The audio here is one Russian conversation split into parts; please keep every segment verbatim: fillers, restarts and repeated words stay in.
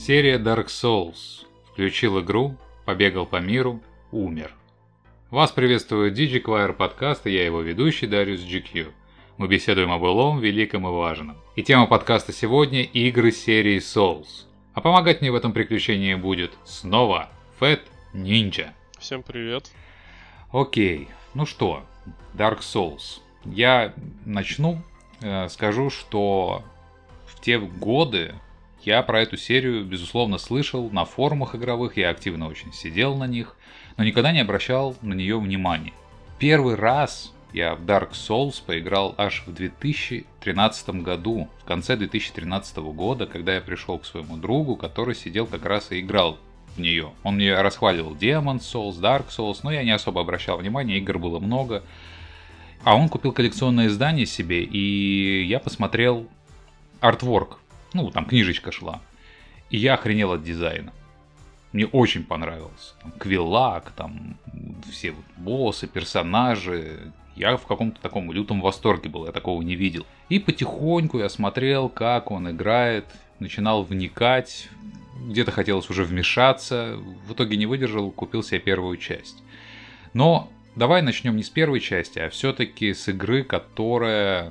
Серия Dark Souls. Включил игру, побегал по миру, умер. Вас приветствует DigiQuire подкаст, и я его ведущий Дариус джи кью. Мы беседуем о былом, великом и важном. И тема подкаста сегодня – игры серии Souls. А помогать мне в этом приключении будет снова Fat Ninja. Всем привет. Окей, ну что, Dark Souls. Я начну, э, скажу, что в те годы я про эту серию, безусловно, слышал на форумах игровых, я активно очень сидел на них, но никогда не обращал на нее внимания. Первый раз я в Dark Souls поиграл аж в две тысячи тринадцатом году, в конце две тысячи тринадцатого года, когда я пришел к своему другу, который сидел как раз и играл в нее. Он мне расхваливал Demon's Souls, Dark Souls, но я не особо обращал внимания, игр было много. А он купил коллекционное издание себе, и я посмотрел артворк. Ну, там книжечка шла. И я охренел от дизайна. Мне очень понравился. Там Квиллак, там все вот боссы, персонажи. Я в каком-то таком лютом восторге был, я такого не видел. И потихоньку я смотрел, как он играет, начинал вникать. Где-то хотелось уже вмешаться. В итоге не выдержал, купил себе первую часть. Но давай начнем не с первой части, а все-таки с игры, которая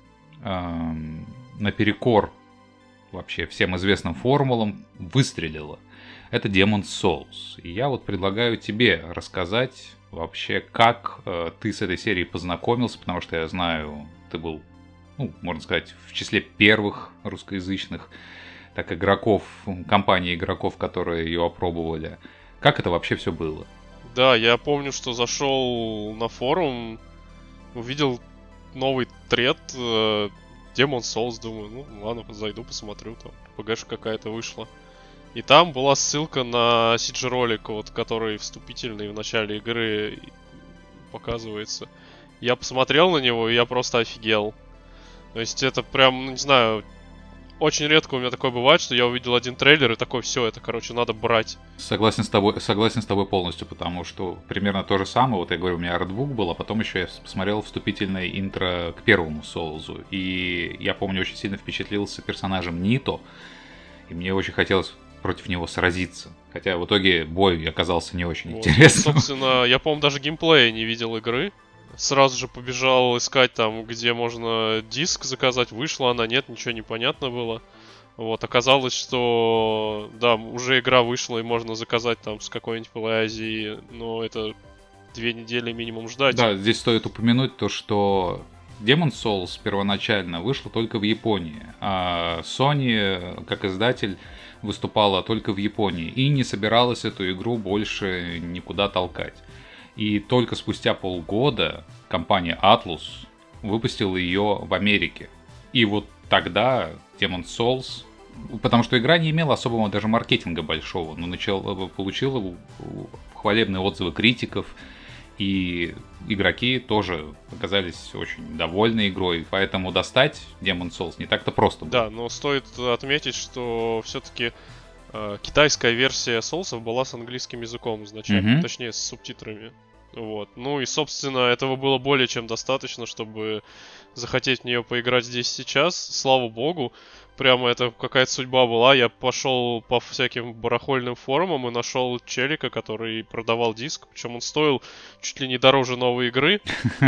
эм, наперекор вообще всем известным формулам выстрелила. Это Demon's Souls. И я вот предлагаю тебе рассказать вообще, как э, ты с этой серией познакомился, потому что я знаю, ты был, ну, можно сказать, в числе первых русскоязычных так игроков, компании игроков, которые ее опробовали. Как это вообще все было? Да, я помню, что зашел на форум, увидел новый тред э, Demon's Souls, думаю, ну ладно, зайду, посмотрю, там ПГшка какая-то вышла. И там была ссылка на си джи-ролик, вот, который вступительный в начале игры показывается. Я посмотрел на него, и я просто офигел. То есть это прям, ну, не знаю, очень редко у меня такое бывает, что я увидел один трейлер и такой, все, это, короче, надо брать. Согласен с тобой, согласен с тобой полностью, потому что примерно то же самое. Вот я говорю, у меня артбук был, а потом еще я посмотрел вступительное интро к первому Соулзу. И я помню, очень сильно впечатлился персонажем Нито. И мне очень хотелось против него сразиться. Хотя в итоге бой оказался не очень вот. интересным. Собственно, я, по-моему, даже геймплея не видел игры. Сразу же побежал искать там, где можно диск заказать. Вышла она, нет, ничего не понятно было. Вот, оказалось, что да, уже игра вышла и можно заказать там с какой-нибудь Play Азии, но это две недели минимум ждать. Да, здесь стоит упомянуть то, что Demon's Souls первоначально вышла только в Японии, а Sony, как издатель, выступала только в Японии и не собиралась эту игру больше никуда толкать. И только спустя полгода компания Atlus выпустила ее в Америке. И вот тогда Demon's Souls, потому что игра не имела особого даже маркетинга большого, но начала, получила хвалебные отзывы критиков, и игроки тоже оказались очень довольны игрой, поэтому достать Demon's Souls не так-то просто было. Да, но стоит отметить, что все-таки э, китайская версия Souls'ов была с английским языком изначально, mm-hmm. точнее с субтитрами. Вот. Ну и, собственно, этого было более чем достаточно, чтобы захотеть в нее поиграть здесь сейчас. Слава богу, прямо это какая-то судьба была. Я пошел по всяким барахольным форумам и нашел челика, который продавал диск. Причем он стоил чуть ли не дороже новой игры.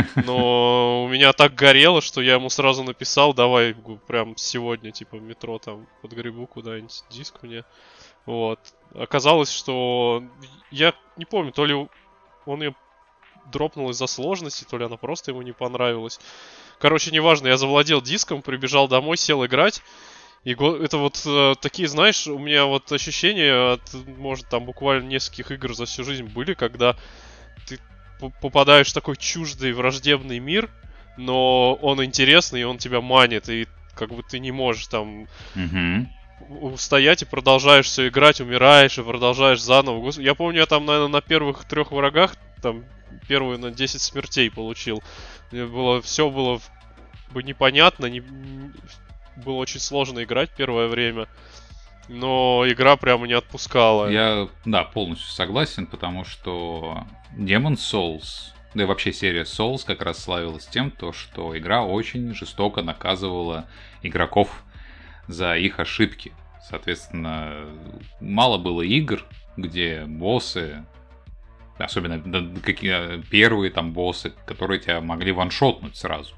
Но у меня так горело, что я ему сразу написал: давай прям сегодня, типа, в метро там подгребу куда-нибудь диск мне. Вот. Оказалось, что я не помню, то ли он ее дропнул из-за сложности, то ли она просто ему не понравилась. Короче, неважно, я завладел диском, прибежал домой, сел играть. И это вот э, такие, знаешь, у меня вот ощущения от, может, там буквально нескольких игр за всю жизнь были, когда ты попадаешь в такой чуждый, враждебный мир, но он интересный, и он тебя манит, и как бы ты не можешь там mm-hmm. устоять и продолжаешь все играть, умираешь и продолжаешь заново. Я помню, я там, наверное, на первых трех врагах там первую на десять смертей получил. Мне было, все было бы непонятно, не, было очень сложно играть первое время, но игра прямо не отпускала. Я, да, полностью согласен, потому что Demon's Souls, да и вообще серия Souls как раз славилась тем, то, что игра очень жестоко наказывала игроков за их ошибки. Соответственно, мало было игр, где боссы, особенно какие первые там боссы, которые тебя могли ваншотнуть сразу.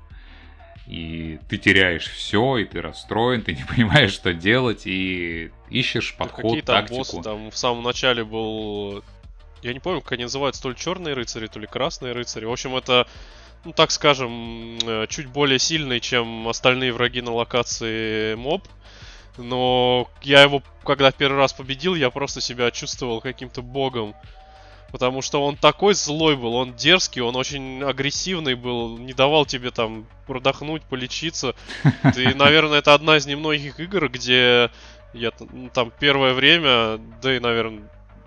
И ты теряешь все, и ты расстроен, ты не понимаешь, что делать, и ищешь подход, какие там тактику. боссы, там в самом начале был... Я не помню, как они называются, то ли черные рыцари, то ли красные рыцари. В общем, это, ну так скажем, чуть более сильный, чем остальные враги на локации моб. Но я его, когда первый раз победил, я просто себя чувствовал каким-то богом. Потому что он такой злой был, он дерзкий, он очень агрессивный был, не давал тебе там продохнуть, полечиться. Ты, наверное, это одна из немногих игр, где я там первое время, да и, наверное,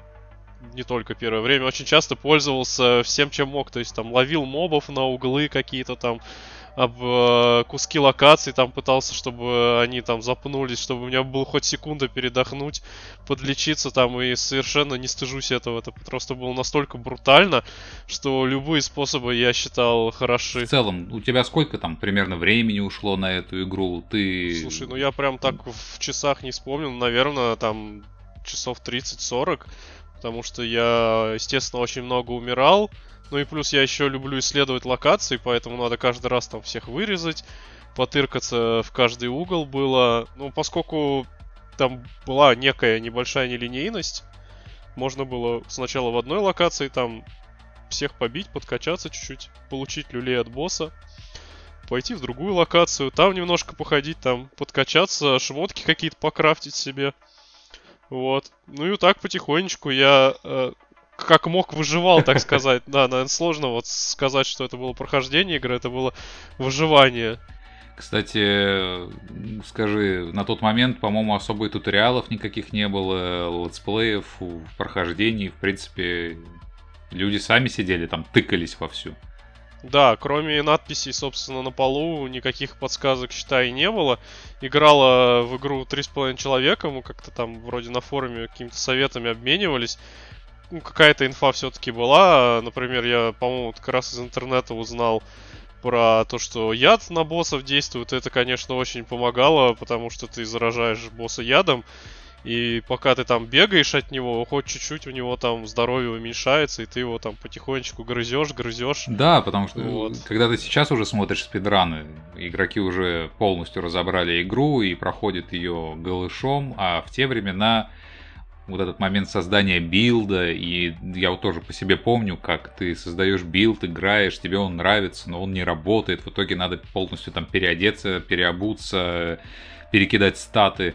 не только первое время, очень часто пользовался всем, чем мог. То есть там ловил мобов на углы какие-то там, об э, куски локаций там пытался, чтобы они там запнулись, чтобы у меня было хоть секунда передохнуть, подлечиться там, и совершенно не стыжусь этого. Это просто было настолько брутально, что любые способы я считал хороши. В целом, у тебя сколько там примерно времени ушло на эту игру? Ты... Слушай, ну я прям так в часах не вспомнил, наверное, там часов тридцать-сорок, потому что я, естественно, очень много умирал. Ну и плюс я еще люблю исследовать локации, поэтому надо каждый раз там всех вырезать, потыркаться в каждый угол было. Ну, поскольку там была некая небольшая нелинейность, можно было сначала в одной локации там всех побить, подкачаться чуть-чуть, получить люлей от босса, пойти в другую локацию, там немножко походить, там подкачаться, шмотки какие-то покрафтить себе. Вот. Ну и вот так потихонечку я... Э, как мог выживал, так сказать. Да, наверное, сложно вот сказать, что это было прохождение игры, это было выживание. Кстати, скажи, на тот момент, по-моему, особо и туториалов никаких не было, летсплеев в прохождении, в принципе, люди сами сидели там, тыкались вовсю. Да, кроме надписей, собственно, на полу, никаких подсказок, считай, не было. Играла в игру три с половиной человека, мы как-то там вроде на форуме какими-то советами обменивались. Ну, какая-то инфа все-таки была. Например, я, по-моему, как раз из интернета узнал про то, что яд на боссов действует. Это, конечно, очень помогало, потому что ты заражаешь босса ядом. И пока ты там бегаешь от него, хоть чуть-чуть у него там здоровье уменьшается, и ты его там потихонечку грызешь, грызешь. Да, потому что вот. Когда ты сейчас уже смотришь спидраны, игроки уже полностью разобрали игру и проходят ее голышом, а в те времена... Вот этот момент создания билда, и я вот тоже по себе помню, как ты создаешь билд, играешь, тебе он нравится, но он не работает, в итоге надо полностью там переодеться, переобуться, перекидать статы,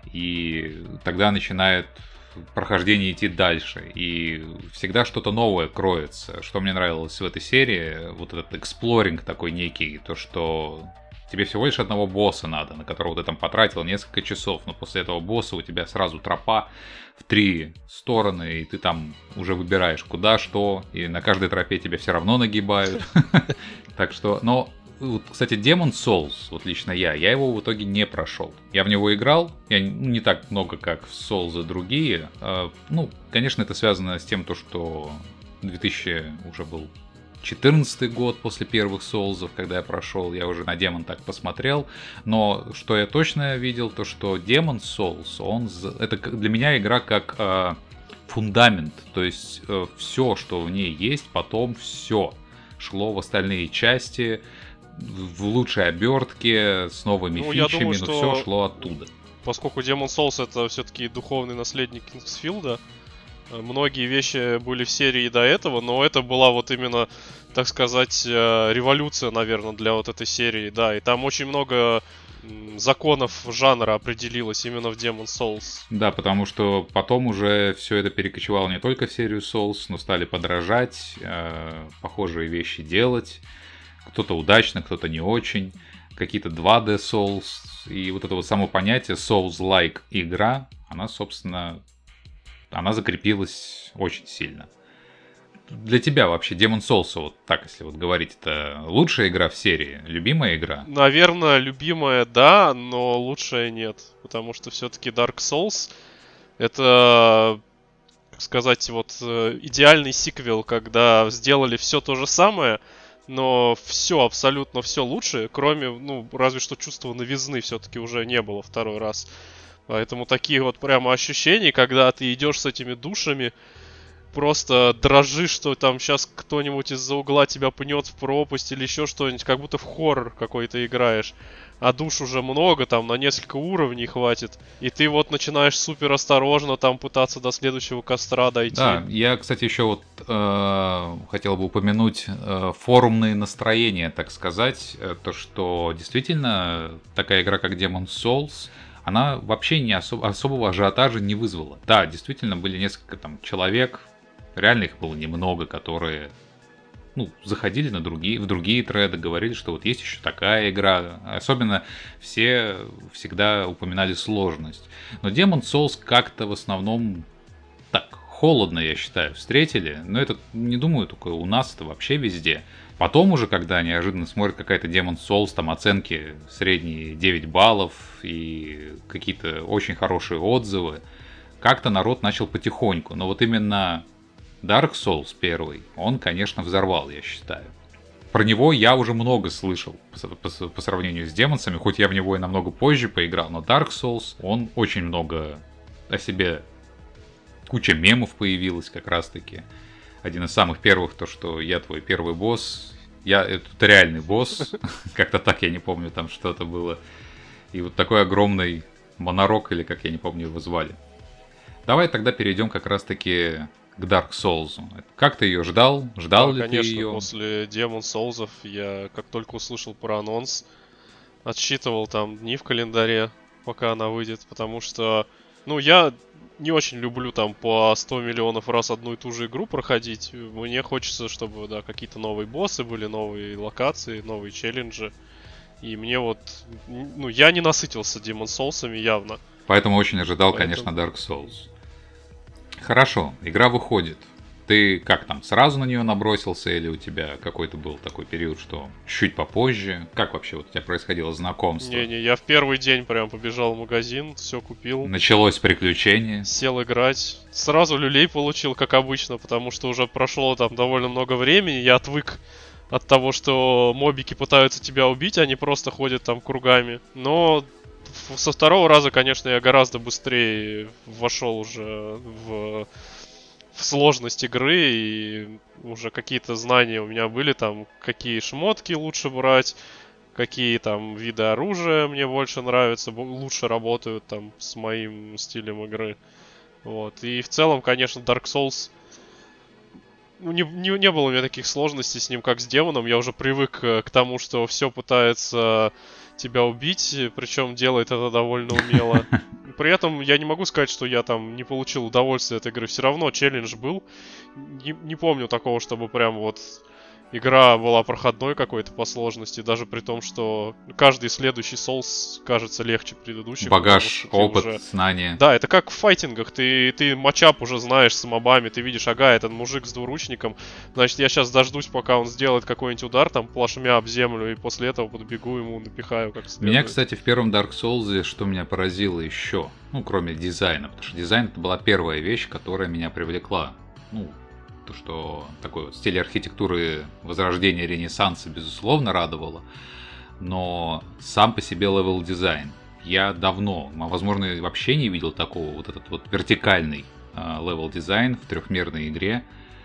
и тогда начинает прохождение идти дальше, и всегда что-то новое кроется. Что мне нравилось в этой серии, вот этот эксплоринг такой некий, то что... Тебе всего лишь одного босса надо, на которого ты там потратил несколько часов, но после этого босса у тебя сразу тропа в три стороны, и ты там уже выбираешь куда, что, и на каждой тропе тебя все равно нагибают. Так что, но, кстати, Demon's Souls, вот лично я, я его в итоге не прошел. Я в него играл, я не так много, как в Souls и другие. Ну, конечно, это связано с тем, что две тысячи уже был... четырнадцатый год после первых Соулзов, когда я прошел, я уже на Демон так посмотрел, но что я точно видел, то что Demon's Souls, он, это для меня игра как э, фундамент, то есть э, все, что в ней есть, потом все шло в остальные части, в лучшей обертке, с новыми ну, фичами, думаю, но все шло оттуда. Поскольку Demon's Souls это все-таки духовный наследник Кингсфилда, многие вещи были в серии до этого, но это была вот именно, так сказать, революция, наверное, для вот этой серии, да. И там очень много законов жанра определилось именно в Demon's Souls. Да, потому что потом уже все это перекочевало не только в серию Souls, но стали подражать, э, похожие вещи делать. Кто-то удачно, кто-то не очень. Какие-то два дэ Souls. И вот это вот само понятие Souls-like игра, она, собственно... Она закрепилась очень сильно. Для тебя вообще Demon's Souls, вот так, если вот говорить, это лучшая игра в серии? Любимая игра? Наверное, любимая, да, но лучшая нет. Потому что все-таки Dark Souls это, как сказать, вот идеальный сиквел, когда сделали все то же самое, но все, абсолютно все лучше, кроме, ну, разве что чувства новизны все-таки уже не было второй раз. Поэтому такие вот прямо ощущения, когда ты идешь с этими душами, просто дрожишь, что там сейчас кто-нибудь из-за угла тебя пнет в пропасть или еще что-нибудь, как будто в хоррор какой-то играешь. А душ уже много, там на несколько уровней хватит. И ты вот начинаешь супер осторожно там пытаться до следующего костра дойти. Да, я, кстати, еще вот э, хотел бы упомянуть э, форумные настроения, так сказать. Э, то, что действительно такая игра, как Demon's Souls, она вообще не осо- особого ажиотажа не вызвала. Да, действительно, были несколько там человек, реально их было немного, которые ну, заходили на другие, в другие треды, говорили, что вот есть еще такая игра. Особенно все всегда упоминали сложность. Но Demon's Souls как-то в основном так, холодно, я считаю, встретили. Но это, не думаю, только у нас, это вообще везде. Потом уже, когда неожиданно смотрят какая-то Demon's Souls, там оценки средние девять баллов и какие-то очень хорошие отзывы, как-то народ начал потихоньку. Но вот именно Dark Souls первый, он, конечно, взорвал, я считаю. Про него я уже много слышал по, по, по сравнению с демонсами, хоть я в него и намного позже поиграл, но Dark Souls, он очень много о себе... Куча мемов появилась как раз-таки. Один из самых первых, то, что я твой первый босс. Я, это реальный босс. Как-то так, я не помню, там что-то было. И вот такой огромный монорог, или как я не помню его звали. Давай тогда перейдем как раз-таки к Dark Souls. Как ты ее ждал? Ждал да, ли конечно, ты ее? После Demon Souls я как только услышал про анонс, отсчитывал там дни в календаре, пока она выйдет, потому что, ну, я не очень люблю там по сто миллионов раз одну и ту же игру проходить. Мне хочется, чтобы, да, какие-то новые боссы были, новые локации, новые челленджи. И мне вот, ну, я не насытился Demon Souls'ами явно. Поэтому очень ожидал, Поэтому... конечно, Dark Souls. Хорошо, игра выходит. Ты как там, сразу на нее набросился или у тебя какой-то был такой период, что чуть попозже? Как вообще вот у тебя происходило знакомство? Не-не, я в первый день прям побежал в магазин, все купил. Началось приключение. Сел играть. Сразу люлей получил, как обычно, потому что уже прошло там довольно много времени. Я отвык от того, что мобики пытаются тебя убить, они просто ходят там кругами. Но со второго раза, конечно, я гораздо быстрее вошел уже в... в сложность игры, и уже какие-то знания у меня были, там, какие шмотки лучше брать, какие там виды оружия мне больше нравятся, лучше работают там с моим стилем игры. Вот. И в целом, конечно, Dark Souls... Ну, не, не, не было у меня таких сложностей с ним, как с демоном. Я уже привык к тому, что все пытается тебя убить, причем делает это довольно умело. При этом я не могу сказать, что я там не получил удовольствие от игры. Все равно челлендж был. Не, не помню такого, чтобы прям вот игра была проходной какой-то по сложности, даже при том, что каждый следующий Souls кажется легче предыдущих. Багаж, опыт, уже... знания. Да, это как в файтингах. Ты, ты матчап уже знаешь с мобами, ты видишь, ага, этот мужик с двуручником, значит, я сейчас дождусь, пока он сделает какой-нибудь удар, там, плашмя об землю, и после этого подбегу ему, напихаю как следует. Меня, кстати, в первом Dark Souls, что меня поразило еще, ну, кроме дизайна, потому что дизайн — это была первая вещь, которая меня привлекла. Ну, то, что такой вот стиль архитектуры Возрождения, Ренессанса, безусловно, радовало. Но сам по себе левел-дизайн. Я давно, возможно, вообще не видел такого, вот этот вот вертикальный левел-дизайн в трехмерной игре.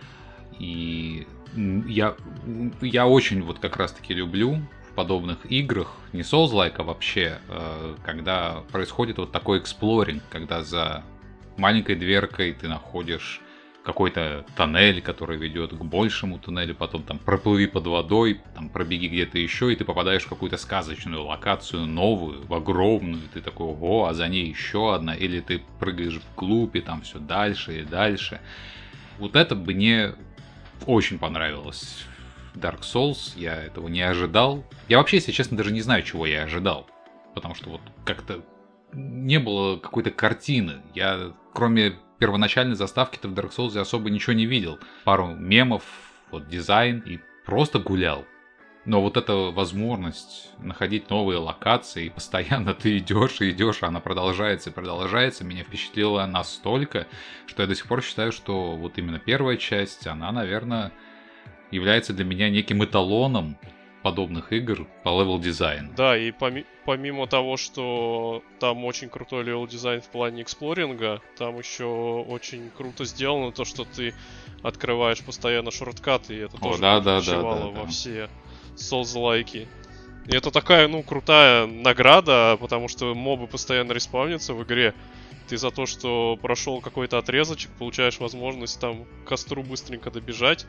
И я, я очень вот как раз-таки люблю в подобных играх, не Souls-like, а вообще, когда происходит вот такой эксплоринг, когда за маленькой дверкой ты находишь какой-то тоннель, который ведет к большему туннелю, потом там проплыви под водой, там пробеги где-то еще, и ты попадаешь в какую-то сказочную локацию, новую, огромную, и ты такой, ого, а за ней еще одна, или ты прыгаешь вглубь, и там все дальше и дальше. Вот это бы мне очень понравилось в Dark Souls, я этого не ожидал. Я вообще, если честно, даже не знаю, чего я ожидал, потому что вот как-то не было какой-то картины. Я, кроме первоначальной заставки-то в Dark Souls особо ничего не видел. Пару мемов, вот дизайн, и просто гулял. Но вот эта возможность находить новые локации, и постоянно ты идешь и идешь, а она продолжается и продолжается, меня впечатлило настолько, что я до сих пор считаю, что вот именно первая часть, она, наверное, является для меня неким эталоном подобных игр по левел-дизайну. Да, и поми- помимо того, что там очень крутой левел-дизайн в плане эксплоринга, там еще очень круто сделано то, что ты открываешь постоянно шорткаты, и это О, тоже да, да, ключевало да, да, во да. все Souls-лайки. И это такая, ну, крутая награда, потому что мобы постоянно респавнятся в игре. Ты за то, что прошел какой-то отрезочек, получаешь возможность там к костру быстренько добежать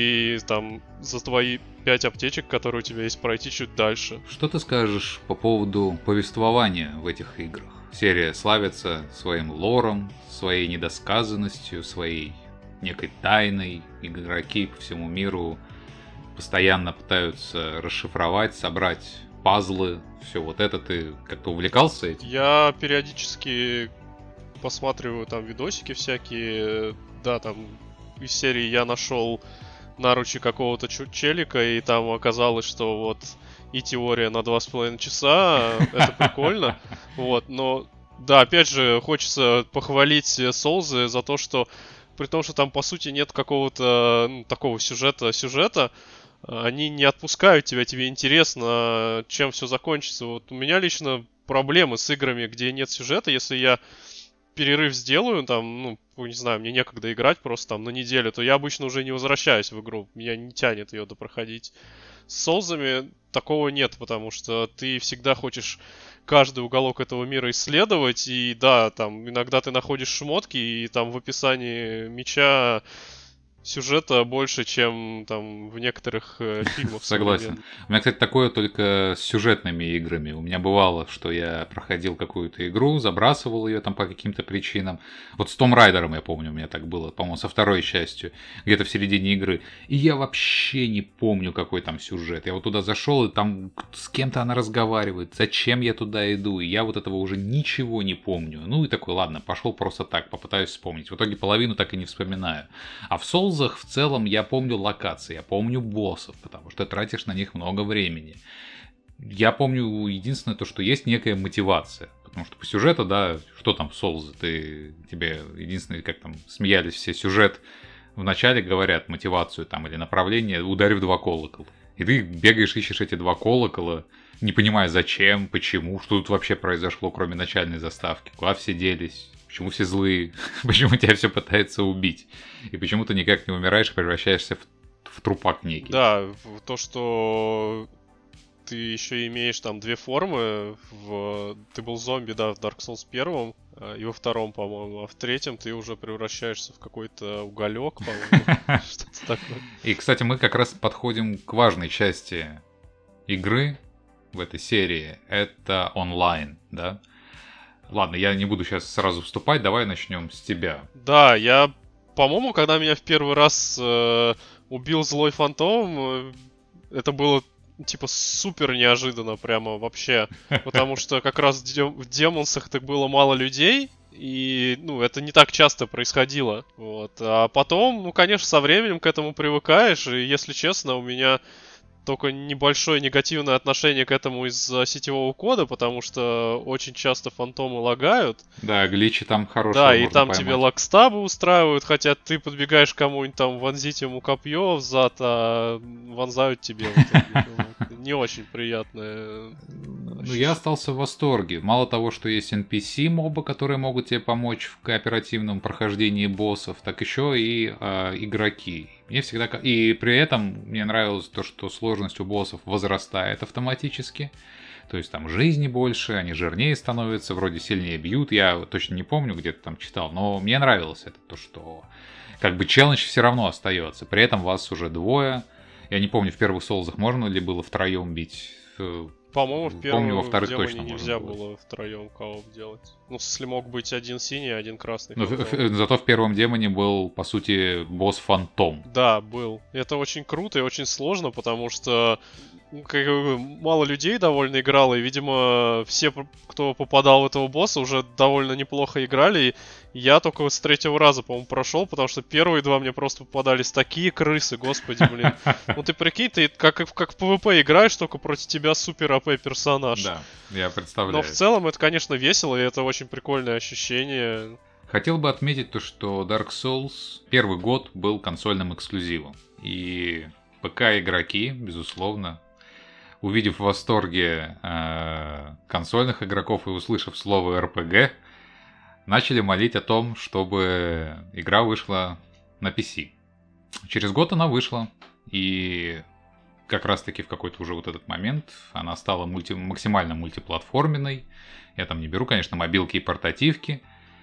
и там за твои пять аптечек, которые у тебя есть, пройти чуть дальше. Что ты скажешь по поводу повествования в этих играх? Серия славится своим лором, своей недосказанностью, своей некой тайной. Игроки по всему миру постоянно пытаются расшифровать, собрать пазлы. Все вот это, ты как-то увлекался этим? Я периодически посматриваю там видосики всякие, да, там из серии я нашел наручи какого-то челика, и там оказалось, что вот и теория на два с половиной часа, это прикольно, вот, но, да, опять же, хочется похвалить Souls за то, что, при том, что там, по сути, нет какого-то, ну, такого сюжета, сюжета, они не отпускают тебя, тебе интересно, чем все закончится. Вот у меня лично проблемы с играми, где нет сюжета, если я перерыв сделаю, там, ну, не знаю, мне некогда играть просто там на неделю, то я обычно уже не возвращаюсь в игру. Меня не тянет ее допроходить. С Соузами такого нет, потому что ты всегда хочешь каждый уголок этого мира исследовать, и да, там, иногда ты находишь шмотки, и там в описании меча сюжета больше, чем там в некоторых э, фильмах. Согласен. У меня, кстати, такое только с сюжетными играми. У меня бывало, что я проходил какую-то игру, забрасывал ее там по каким-то причинам. Вот с Tomb Raider, я помню, у меня так было, по-моему, со второй частью, где-то в середине игры. И я вообще не помню, какой там сюжет. Я вот туда зашел, и там с кем-то она разговаривает. Зачем я туда иду? И я вот этого уже ничего не помню. Ну и такой, ладно, пошел просто так, попытаюсь вспомнить. В итоге половину так и не вспоминаю. А в Souls в целом я помню локации, я помню боссов, потому что тратишь на них много времени. Я помню единственное то, что есть некая мотивация. Потому что по сюжету, да, что там в Souls, ты, тебе единственное, как там смеялись все, сюжет вначале говорят мотивацию там или направление, ударь в два колокола. И ты бегаешь, ищешь эти два колокола, не понимая зачем, почему, что тут вообще произошло, кроме начальной заставки, куда все делись. Почему все злые? Почему тебя все пытается убить? И почему ты никак не умираешь, превращаешься в, в трупак некий? Да, то, что ты еще имеешь там две формы. В... Ты был зомби, да, в Dark Souls первом и во втором, по-моему. А в третьем ты уже превращаешься в какой-то уголек, по-моему. Что-то такое. И, кстати, мы как раз подходим к важной части игры в этой серии. Это онлайн, да? Ладно, я не буду сейчас сразу вступать, давай начнем с тебя. Да, я, по-моему, когда меня в первый раз э, убил злой фантом, э, это было типа супер неожиданно прямо вообще, потому что как раз в Демонсах так было мало людей, и, ну, это не так часто происходило, вот. А потом, ну, конечно, со временем к этому привыкаешь, и, если честно, у меня только небольшое негативное отношение к этому из-за сетевого кода, потому что очень часто фантомы лагают. Да, гличи там хорошие. Да, и там поймать. тебе лакстабы устраивают, хотя ты подбегаешь к кому-нибудь там, вонзить ему копье в зад, а вонзают тебе. Не очень приятное. Ну, я остался в восторге. Мало того, что есть эн пи си-мобы, которые могут тебе помочь в кооперативном прохождении боссов, так еще и э, игроки. Мне всегда... И при этом мне нравилось то, что сложность у боссов возрастает автоматически. То есть там жизни больше, они жирнее становятся, вроде сильнее бьют. Я точно не помню, где-то там читал, но мне нравилось это, то, что как бы челлендж все равно остается. При этом вас уже двое. Я не помню, в первых Соулзах можно ли было втроем бить. По-моему, в первом Помню, во вторых демоне точно нельзя было. было втроем кооп делать. Ну, если мог быть один синий, один красный. Но в, зато в первом демоне был, по сути, босс Фантом. Да, был. Это очень круто и очень сложно, потому что как бы, мало людей довольно играло, и, видимо, все, кто попадал в этого босса, уже довольно неплохо играли. И я только с третьего раза, по-моему, прошел, потому что первые два мне просто попадались такие крысы, господи, блин. Ну ты прикинь, ты как, как в PvP играешь, только против тебя супер эй пи персонаж. Да, я представляю. Но в целом это, конечно, весело, и это очень прикольное ощущение. Хотел бы отметить то, что Dark Souls первый год был консольным эксклюзивом. И ПК-игроки, безусловно, увидев в восторге э, консольных игроков и услышав слово эр пи джи, начали молить о том, чтобы игра вышла на пи си. Через год она вышла, и как раз-таки в какой-то уже вот этот момент она стала мульти- максимально мультиплатформенной. Я там не беру, конечно, мобилки и портативки,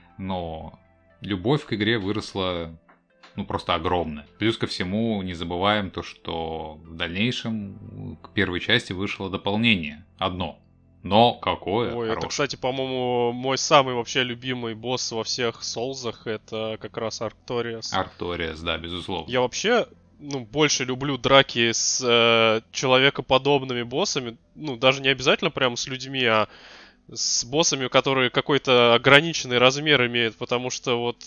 но любовь к игре выросла, ну, просто огромная. Плюс ко всему не забываем то, что в дальнейшем к первой части вышло дополнение. Одно. Но какое Ой, хорошее. это, кстати, по-моему, мой самый вообще любимый босс во всех Соулзах, это как раз Аркториас. Аркториас, да, безусловно. Я вообще, ну, больше люблю драки с э, человекоподобными боссами, ну, даже не обязательно прям с людьми, а с боссами, которые какой-то ограниченный размер имеют, потому что вот,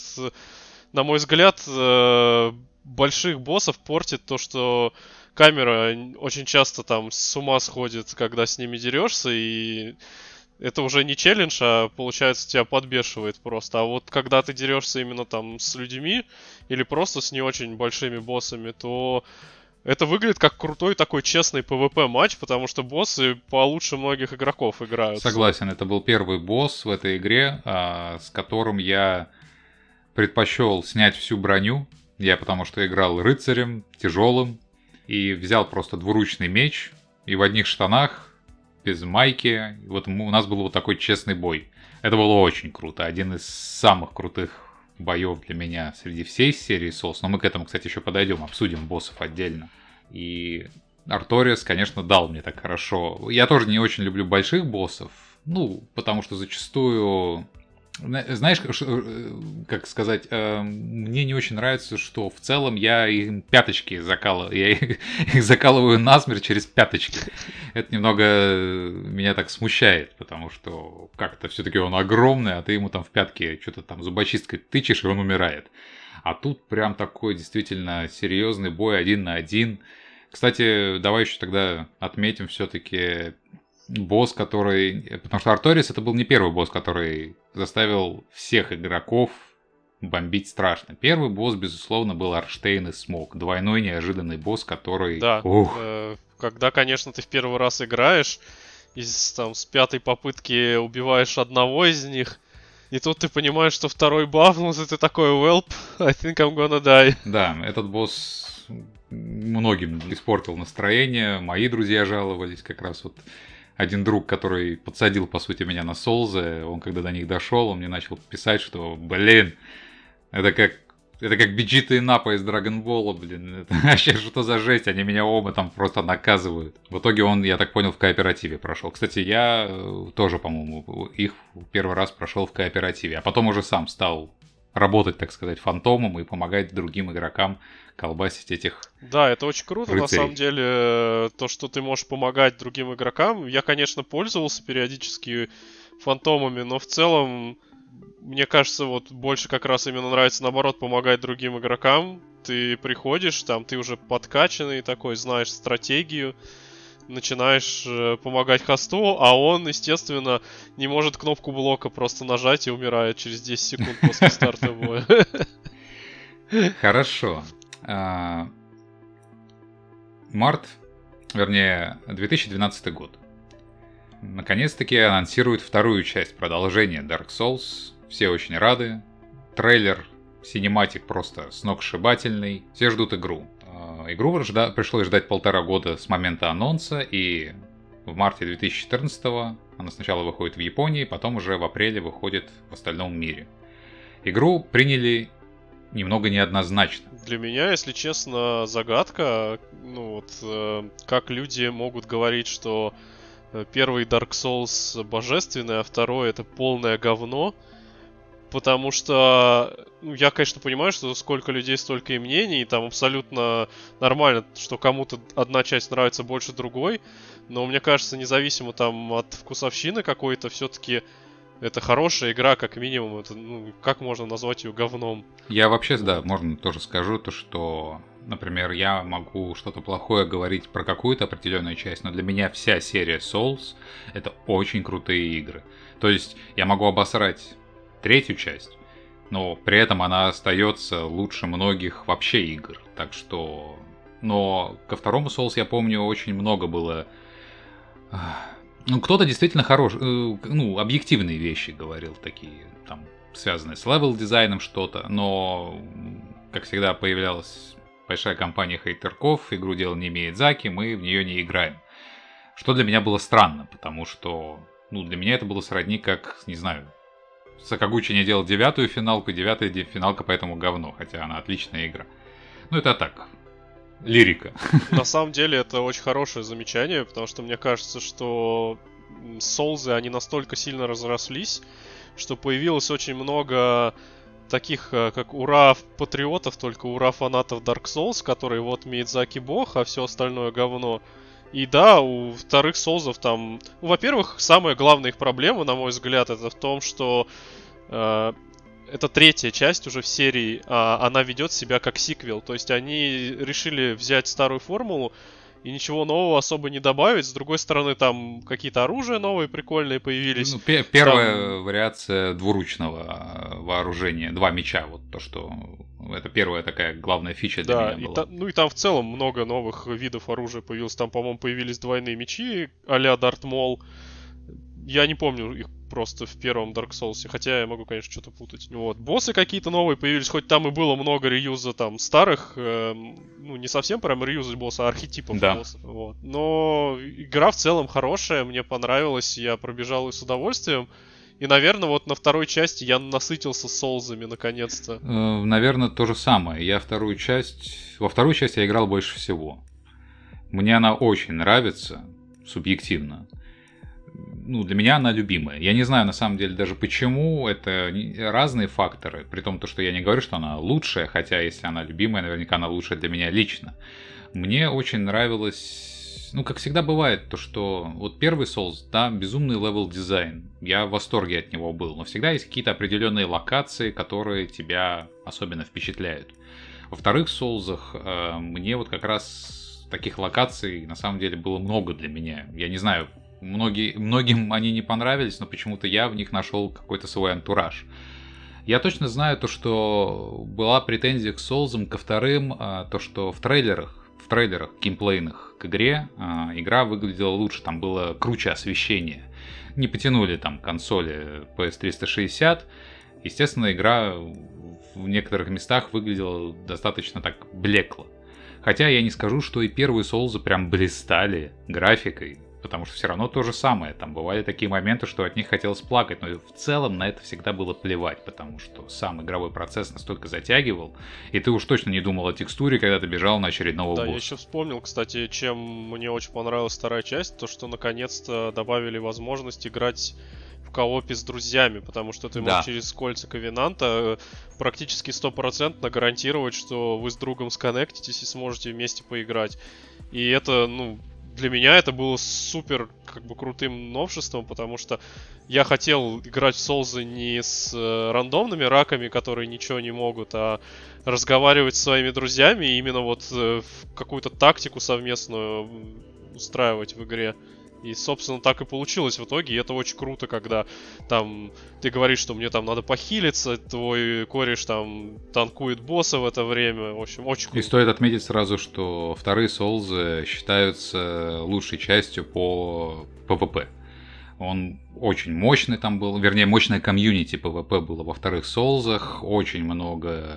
на мой взгляд, э, больших боссов портит то, что камера очень часто там с ума сходит, когда с ними дерешься, и это уже не челлендж, а получается тебя подбешивает просто. А вот когда ты дерешься именно там с людьми или просто с не очень большими боссами, то это выглядит как крутой такой честный пи ви пи матч, потому что боссы получше многих игроков играют. Согласен, это был первый босс в этой игре, а, с которым я предпочел снять всю броню. Я потому что играл рыцарем, тяжелым, и взял просто двуручный меч, и в одних штанах, без майки. Вот у нас был вот такой честный бой. Это было очень круто. Один из самых крутых боев для меня среди всей серии Souls. Но мы к этому, кстати, еще подойдем, обсудим боссов отдельно. И Аркториас, конечно, дал мне так хорошо. Я тоже не очень люблю больших боссов. Ну, потому что зачастую... Знаешь, как сказать, мне не очень нравится, что в целом я им пяточки закалываю, я их закалываю насмерть через пяточки. Это немного меня так смущает, потому что как-то все-таки он огромный, а ты ему там в пятки что-то там зубочисткой тычешь, и он умирает. А тут прям такой действительно серьезный бой один на один. Кстати, давай еще тогда отметим все-таки... босс, который... Потому что Аркториас это был не первый босс, который заставил всех игроков бомбить страшно. Первый босс, безусловно, был Арштейн и Смок. Двойной неожиданный босс, который... Да, э, когда, конечно, ты в первый раз играешь, и там с пятой попытки убиваешь одного из них, и тут ты понимаешь, что второй бафнулся, и ты такой, welp, I think I'm gonna die. Да, этот босс многим испортил настроение. Мои друзья жаловались как раз вот... Один друг, который подсадил, по сути, меня на Соулзы, он когда до них дошел, он мне начал писать, что, блин, это как, это как Беджита и Напа из Драгонбола, блин, это вообще что за жесть, они меня оба там просто наказывают. В итоге он, я так понял, в кооперативе прошел. Кстати, я тоже, по-моему, их первый раз прошел в кооперативе, а потом уже сам стал работать, так сказать, фантомом и помогать другим игрокам колбасить этих Да, это очень круто, рыцарей. На самом деле, то, что ты можешь помогать другим игрокам. Я, конечно, пользовался периодически фантомами, но в целом, мне кажется, вот больше как раз именно нравится, наоборот, помогать другим игрокам. Ты приходишь, там, ты уже подкачанный такой, знаешь стратегию, начинаешь э, помогать хосту, а он, естественно, не может кнопку блока просто нажать и умирает через десять секунд после старта боя. Хорошо. Март, вернее, две тысячи двенадцатый год. Наконец-таки анонсируют вторую часть продолжения Dark Souls. Все очень рады. Трейлер, синематик просто сногсшибательный. Все ждут игру. Игру жда- пришлось ждать полтора года с момента анонса, и в марте две тысячи четырнадцатого она сначала выходит в Японии, потом уже в апреле выходит в остальном мире. Игру приняли немного неоднозначно. Для меня, если честно, загадка, ну вот, э, как люди могут говорить, что первый Dark Souls божественный, а второй это полное говно. Потому что, ну, я, конечно, понимаю, что сколько людей, столько и мнений, и там абсолютно нормально, что кому-то одна часть нравится больше другой, но мне кажется, независимо там от вкусовщины какой-то, все-таки это хорошая игра, как минимум, это, ну, как можно назвать ее говном? Я вообще, да, можно тоже скажу то, что, например, я могу что-то плохое говорить про какую-то определенную часть, но для меня вся серия Souls — это очень крутые игры. То есть я могу обосрать третью часть, но при этом она остается лучше многих вообще игр. Так что... Но ко второму Souls, я помню, очень много было Ну, кто-то действительно хорош, ну, объективные вещи говорил, такие, там, связанные с левел-дизайном что-то, но, как всегда, появлялась большая компания хейтерков, игру делал не Миядзаки, мы в нее не играем. Что для меня было странно, потому что, ну, для меня это было сродни как, не знаю, Сакагучи не делал девятую финалку, девятая финалка поэтому говно, хотя она отличная игра. Ну, это так, лирика. На самом деле это очень хорошее замечание, потому что мне кажется, что Souls'ы, они настолько сильно разрослись, что появилось очень много таких, как ура патриотов, только ура фанатов Dark Souls, которые вот Миядзаки бог, а все остальное говно. И да, у вторых Souls'ов там... Ну, во-первых, самая главная их проблема, на мой взгляд, это в том, что э, это третья часть уже в серии, а она ведет себя как сиквел. То есть они решили взять старую формулу и ничего нового особо не добавить. С другой стороны, там какие-то оружия новые прикольные появились. Ну, пе- первая там... вариация двуручного вооружения, два меча, вот то, что... Это первая такая главная фича для да, меня была. Да, ну и там в целом много новых видов оружия появилось. Там, по-моему, появились двойные мечи а-ля Дарт Мол. Я не помню их просто в первом Dark Souls, хотя я могу, конечно, что-то путать. Вот. Боссы какие-то новые появились, хоть там и было много реюза там старых, э, ну не совсем прям реюза босса, а архетипов да. боссов. Вот. Но игра в целом хорошая, мне понравилась, я пробежал ее с удовольствием. И, наверное, вот на второй части я насытился Souls'ами наконец-то. Наверное, то же самое. Я вторую часть... Во вторую часть я играл больше всего. Мне она очень нравится, субъективно. Ну, для меня она любимая. Я не знаю, на самом деле, даже почему. Это разные факторы. При том, что я не говорю, что она лучшая, хотя, если она любимая, наверняка она лучшая для меня лично. Мне очень нравилось... Ну, как всегда бывает, то что вот первый Souls, да, безумный левел-дизайн. Я в восторге от него был. Но всегда есть какие-то определенные локации, которые тебя особенно впечатляют. Во вторых Souls'ах э, мне вот как раз таких локаций на самом деле было много для меня. Я не знаю, многие, многим они не понравились, но почему-то я в них нашел какой-то свой антураж. Я точно знаю то, что была претензия к Souls'ам, ко вторым, э, то, что в трейлерах, в трейлерах геймплейных к игре э, игра выглядела лучше, там было круче освещение. Не потянули там консоли пи эс триста шестьдесят. Естественно, игра в некоторых местах выглядела достаточно так блекло. Хотя я не скажу, что и первые Souls'ы прям блистали графикой, потому что все равно то же самое. Там бывали такие моменты, что от них хотелось плакать, но в целом на это всегда было плевать, потому что сам игровой процесс настолько затягивал, и ты уж точно не думал о текстуре, когда ты бежал на очередного да, босса. Да, я еще вспомнил, кстати, чем мне очень понравилась вторая часть, то, что наконец-то добавили возможность играть в коопе с друзьями, потому что ты да. можешь через кольца Ковенанта практически стопроцентно гарантировать, что вы с другом сконнектитесь и сможете вместе поиграть. И это, ну... Для меня это было супер, как бы, крутым новшеством, потому что я хотел играть в Souls'ы не с э, рандомными раками, которые ничего не могут, а разговаривать с своими друзьями и именно вот э, какую-то тактику совместную устраивать в игре. И, собственно, так и получилось в итоге, и это очень круто, когда там ты говоришь, что мне там надо похилиться, твой кореш там танкует босса в это время, в общем, очень круто. И стоит отметить сразу, что вторые Souls'ы считаются лучшей частью по пи ви пи. Он очень мощный там был, вернее, мощное комьюнити пи ви пи было во вторых Souls'ах, очень много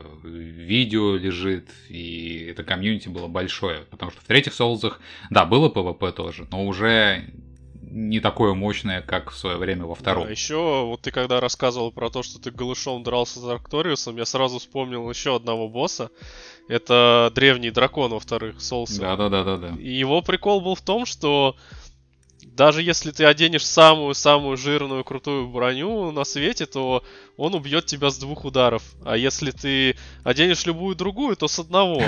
видео лежит, и это комьюнити было большое, потому что в третьих Souls'ах, да, было пи ви пи тоже, но уже не такое мощное, как в свое время во втором. Да, еще вот ты когда рассказывал про то, что ты голышом дрался с Аркториусом, я сразу вспомнил еще одного босса. Это древний дракон во вторых Souls'ах. Да-да-да-да. И его прикол был в том, что даже если ты оденешь самую-самую жирную крутую броню на свете, то он убьет тебя с двух ударов. А если ты оденешь любую другую, то с одного.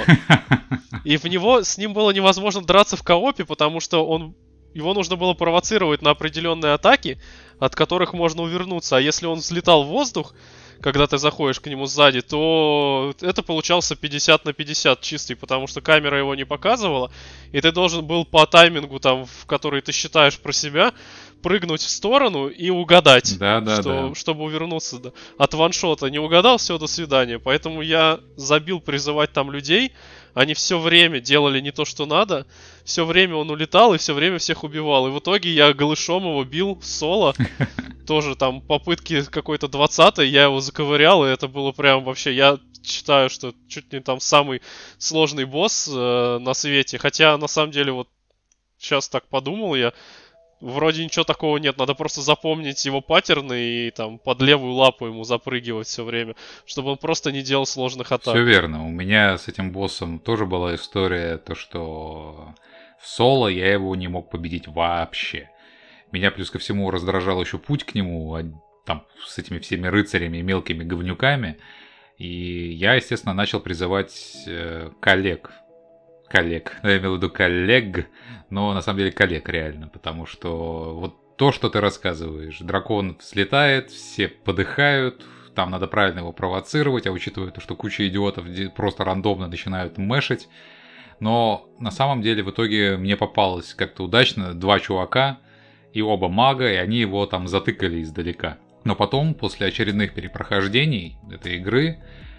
И в него, с ним было невозможно драться в коопе, потому что он, его нужно было провоцировать на определенные атаки, от которых можно увернуться. А если он взлетал в воздух, когда ты заходишь к нему сзади, то это получался пятьдесят на пятьдесят чистый, потому что камера его не показывала, и ты должен был по таймингу, там, в который ты считаешь про себя, прыгнуть в сторону и угадать, да, да, что, да. чтобы увернуться от ваншота. Не угадал, все, до свидания. Поэтому я забил призывать там людей, они все время делали не то, что надо, все время он улетал и все время всех убивал. И в итоге я голышом его бил в соло. Тоже там попытки какой-то двадцатой, я его заковырял, и это было прям вообще... Я считаю, что чуть не там самый сложный босс э, на свете. Хотя, на самом деле, вот сейчас так подумал я, вроде ничего такого нет, надо просто запомнить его паттерны и там под левую лапу ему запрыгивать все время, чтобы он просто не делал сложных атак. Все верно. У меня с этим боссом тоже была история, то что в соло я его не мог победить вообще. Меня плюс ко всему раздражал еще путь к нему, там с этими всеми рыцарями и мелкими говнюками. И я, естественно, начал призывать э, коллег. Коллег. Я имел в виду коллег, но на самом деле коллег реально. Потому что вот то, что ты рассказываешь. Дракон взлетает, все подыхают. Там надо правильно его провоцировать. А учитывая то, что куча идиотов просто рандомно начинают мэшить. Но на самом деле в итоге мне попалось как-то удачно два чувака. И оба мага, и они его там затыкали издалека. Но потом, после очередных перепрохождений этой игры,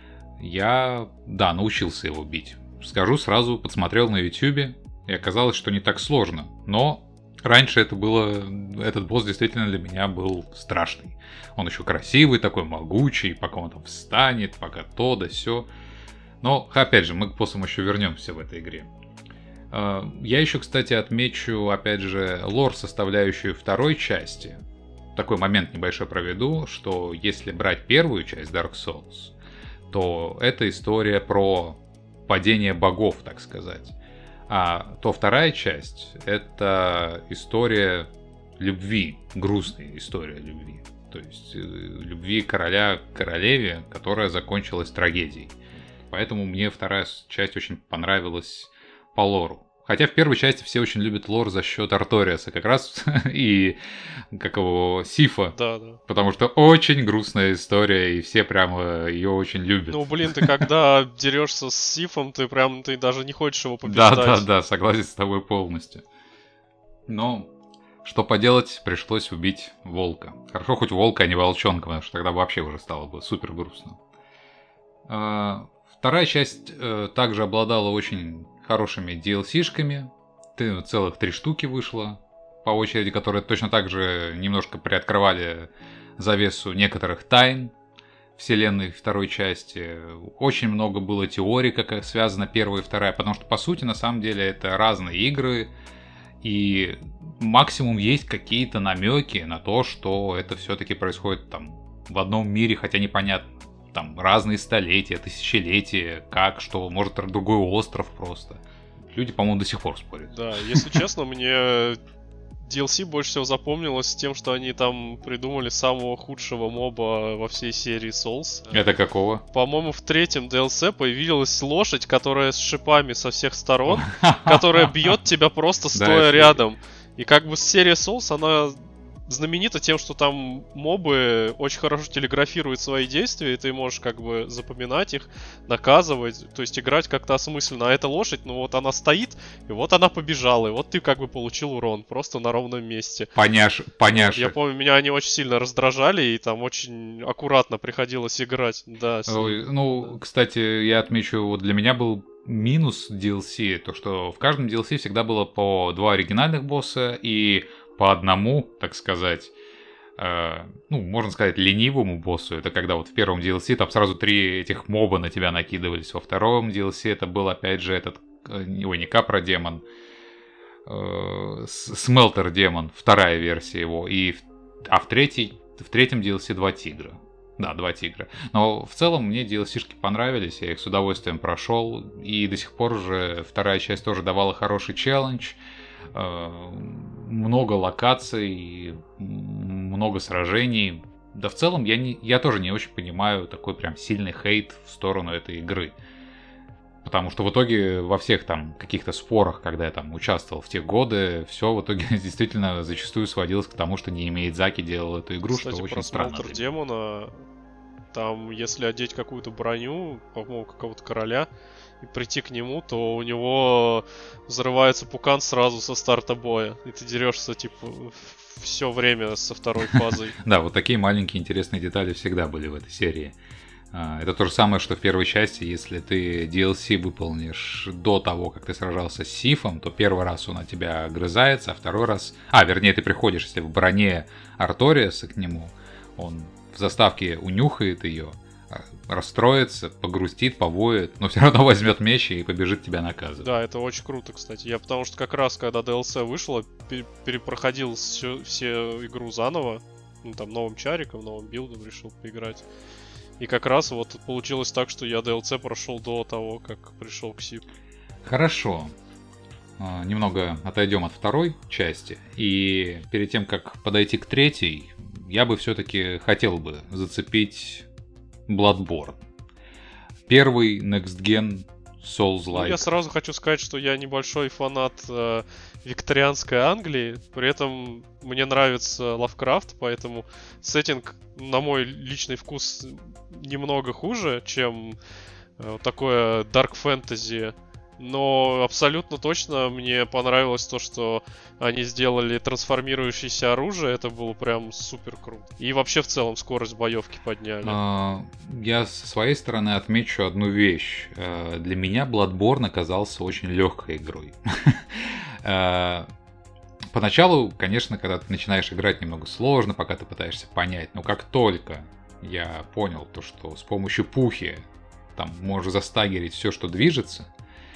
я, да, научился его бить. Скажу сразу, подсмотрел на ютубе, и оказалось, что не так сложно. Но раньше это было, этот босс действительно для меня был страшный. Он еще красивый, такой могучий, пока он там встанет, пока то да сё. Но, опять же, мы к боссам еще вернемся в этой игре. Я еще, кстати, отмечу, опять же, лор-составляющую второй части. Такой момент небольшой проведу, что если брать первую часть Dark Souls, то это история про падение богов, так сказать. А то вторая часть — это история любви, грустная история любви. То есть любви короля к королеве, которая закончилась трагедией. Поэтому мне вторая часть очень понравилась по лору. Хотя в первой части все очень любят лор за счет Арториаса как раз и как его Сифа. Да, да. Потому что очень грустная история, и все прямо ее очень любят. Ну, блин, ты когда дерешься с Сифом, ты прям ты даже не хочешь его побеждать. Да, да, да, согласен с тобой полностью. Но что поделать, пришлось убить волка. Хорошо, хоть волка, а не волчонка, потому что тогда вообще уже стало бы супер грустно. Вторая часть также обладала очень хорошими ди эл си-шками. Целых три штуки вышло по очереди, которые точно так же немножко приоткрывали завесу некоторых тайн вселенной второй части. Очень много было теорий, как связана первая и вторая, потому что, по сути, на самом деле, это разные игры, и максимум есть какие-то намеки на то, что это все-таки происходит там в одном мире, хотя непонятно. Там разные столетия, тысячелетия, как, что, может, другой остров просто. Люди, по-моему, до сих пор спорят. Да, если честно, мне ди эл си больше всего запомнилось тем, что они там придумали самого худшего моба во всей серии Souls. Это какого? По-моему, в третьем ди эл си появилась лошадь, которая с шипами со всех сторон, которая бьет тебя просто стоя рядом. И как бы серия Souls, она знаменита тем, что там мобы очень хорошо телеграфируют свои действия, и ты можешь как бы запоминать их, наказывать, то есть играть как-то осмысленно. А эта лошадь, ну вот она стоит, и вот она побежала, и вот ты как бы получил урон просто на ровном месте. Поняш, поняш. Я помню, меня они очень сильно раздражали, и там очень аккуратно приходилось играть. Да, Ой, ну, да. Кстати, я отмечу, вот для меня был минус ди эл си, то что в каждом ди эл си всегда было по два оригинальных босса, и по одному, так сказать, э, ну, можно сказать, ленивому боссу. Это когда вот в первом ди эл си там сразу три этих моба на тебя накидывались. Во втором ди эл си это был, опять же, этот, ой, не Капра-демон, э, Смелтер-демон, вторая версия его. И в, а в, третий, в третьем ди эл си два тигра. Да, два тигра. Но в целом мне ди эл си-шки понравились, я их с удовольствием прошел. И до сих пор же вторая часть тоже давала хороший челлендж. Много локаций, много сражений. Да в целом я, не, я тоже не очень понимаю такой прям сильный хейт в сторону этой игры. Потому что в итоге во всех там каких-то спорах, когда я там участвовал в те годы, все в итоге действительно зачастую сводилось к тому, что не имеет Заки делал эту игру, Кстати, что очень про странно. Смолтер демона, там если одеть какую-то броню, по-моему, какого-то короля, и прийти к нему, то у него взрывается пукан сразу со старта боя. И ты дерешься, типа, все время со второй фазой. Да, вот такие маленькие интересные детали всегда были в этой серии. Это то же самое, что в первой части, если ты ди эл си выполнишь до того, как ты сражался с Сифом, то первый раз он от тебя огрызается, а второй раз... А, вернее, ты приходишь, если в броне Арториаса к нему, он в заставке унюхает ее, расстроится, погрустит, повоет, но все равно возьмет меч и побежит тебя наказывать. Да, это очень круто, кстати. Я потому что как раз, когда ди эл си вышло, перепроходил все, все игру заново, ну там новым чариком, новым билдом решил поиграть. И как раз вот получилось так, что я ди эл си прошел до того, как пришел к Сифу. Хорошо. Немного отойдем от второй части. И перед тем, как подойти к третьей, я бы все-таки хотел бы зацепить Bloodborne. Первый Next Gen Souls-like. Ну, я сразу хочу сказать, что я небольшой фанат э, викторианской Англии, при этом мне нравится Лавкрафт, поэтому сеттинг, на мой личный вкус, немного хуже, чем э, такое Dark Fantasy. Но абсолютно точно мне понравилось то, что они сделали трансформирующееся оружие. Это было прям супер круто. И вообще в целом скорость боевки подняли. Я со своей стороны отмечу одну вещь. Для меня Bloodborne оказался очень легкой игрой. Поначалу, конечно, когда ты начинаешь играть, немного сложно, пока ты пытаешься понять. Но как только я понял то, что с помощью пухи там можешь застагерить все, что движется.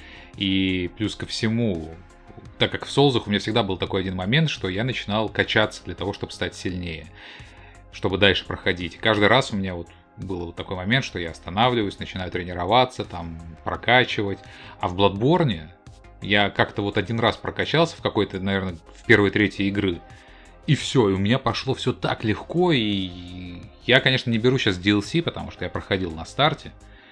И плюс ко всему, так как в Souls'ах у меня всегда был такой один момент, что я начинал качаться для того, чтобы стать сильнее, чтобы дальше проходить. И каждый раз у меня вот был вот такой момент, что я останавливаюсь, начинаю тренироваться, там, прокачивать. А в Bloodborne я как-то вот один раз прокачался в какой-то, наверное, в первой трети игры. И все, и у меня пошло все так легко, и я, конечно, не беру сейчас ди эл си, потому что я проходил на старте.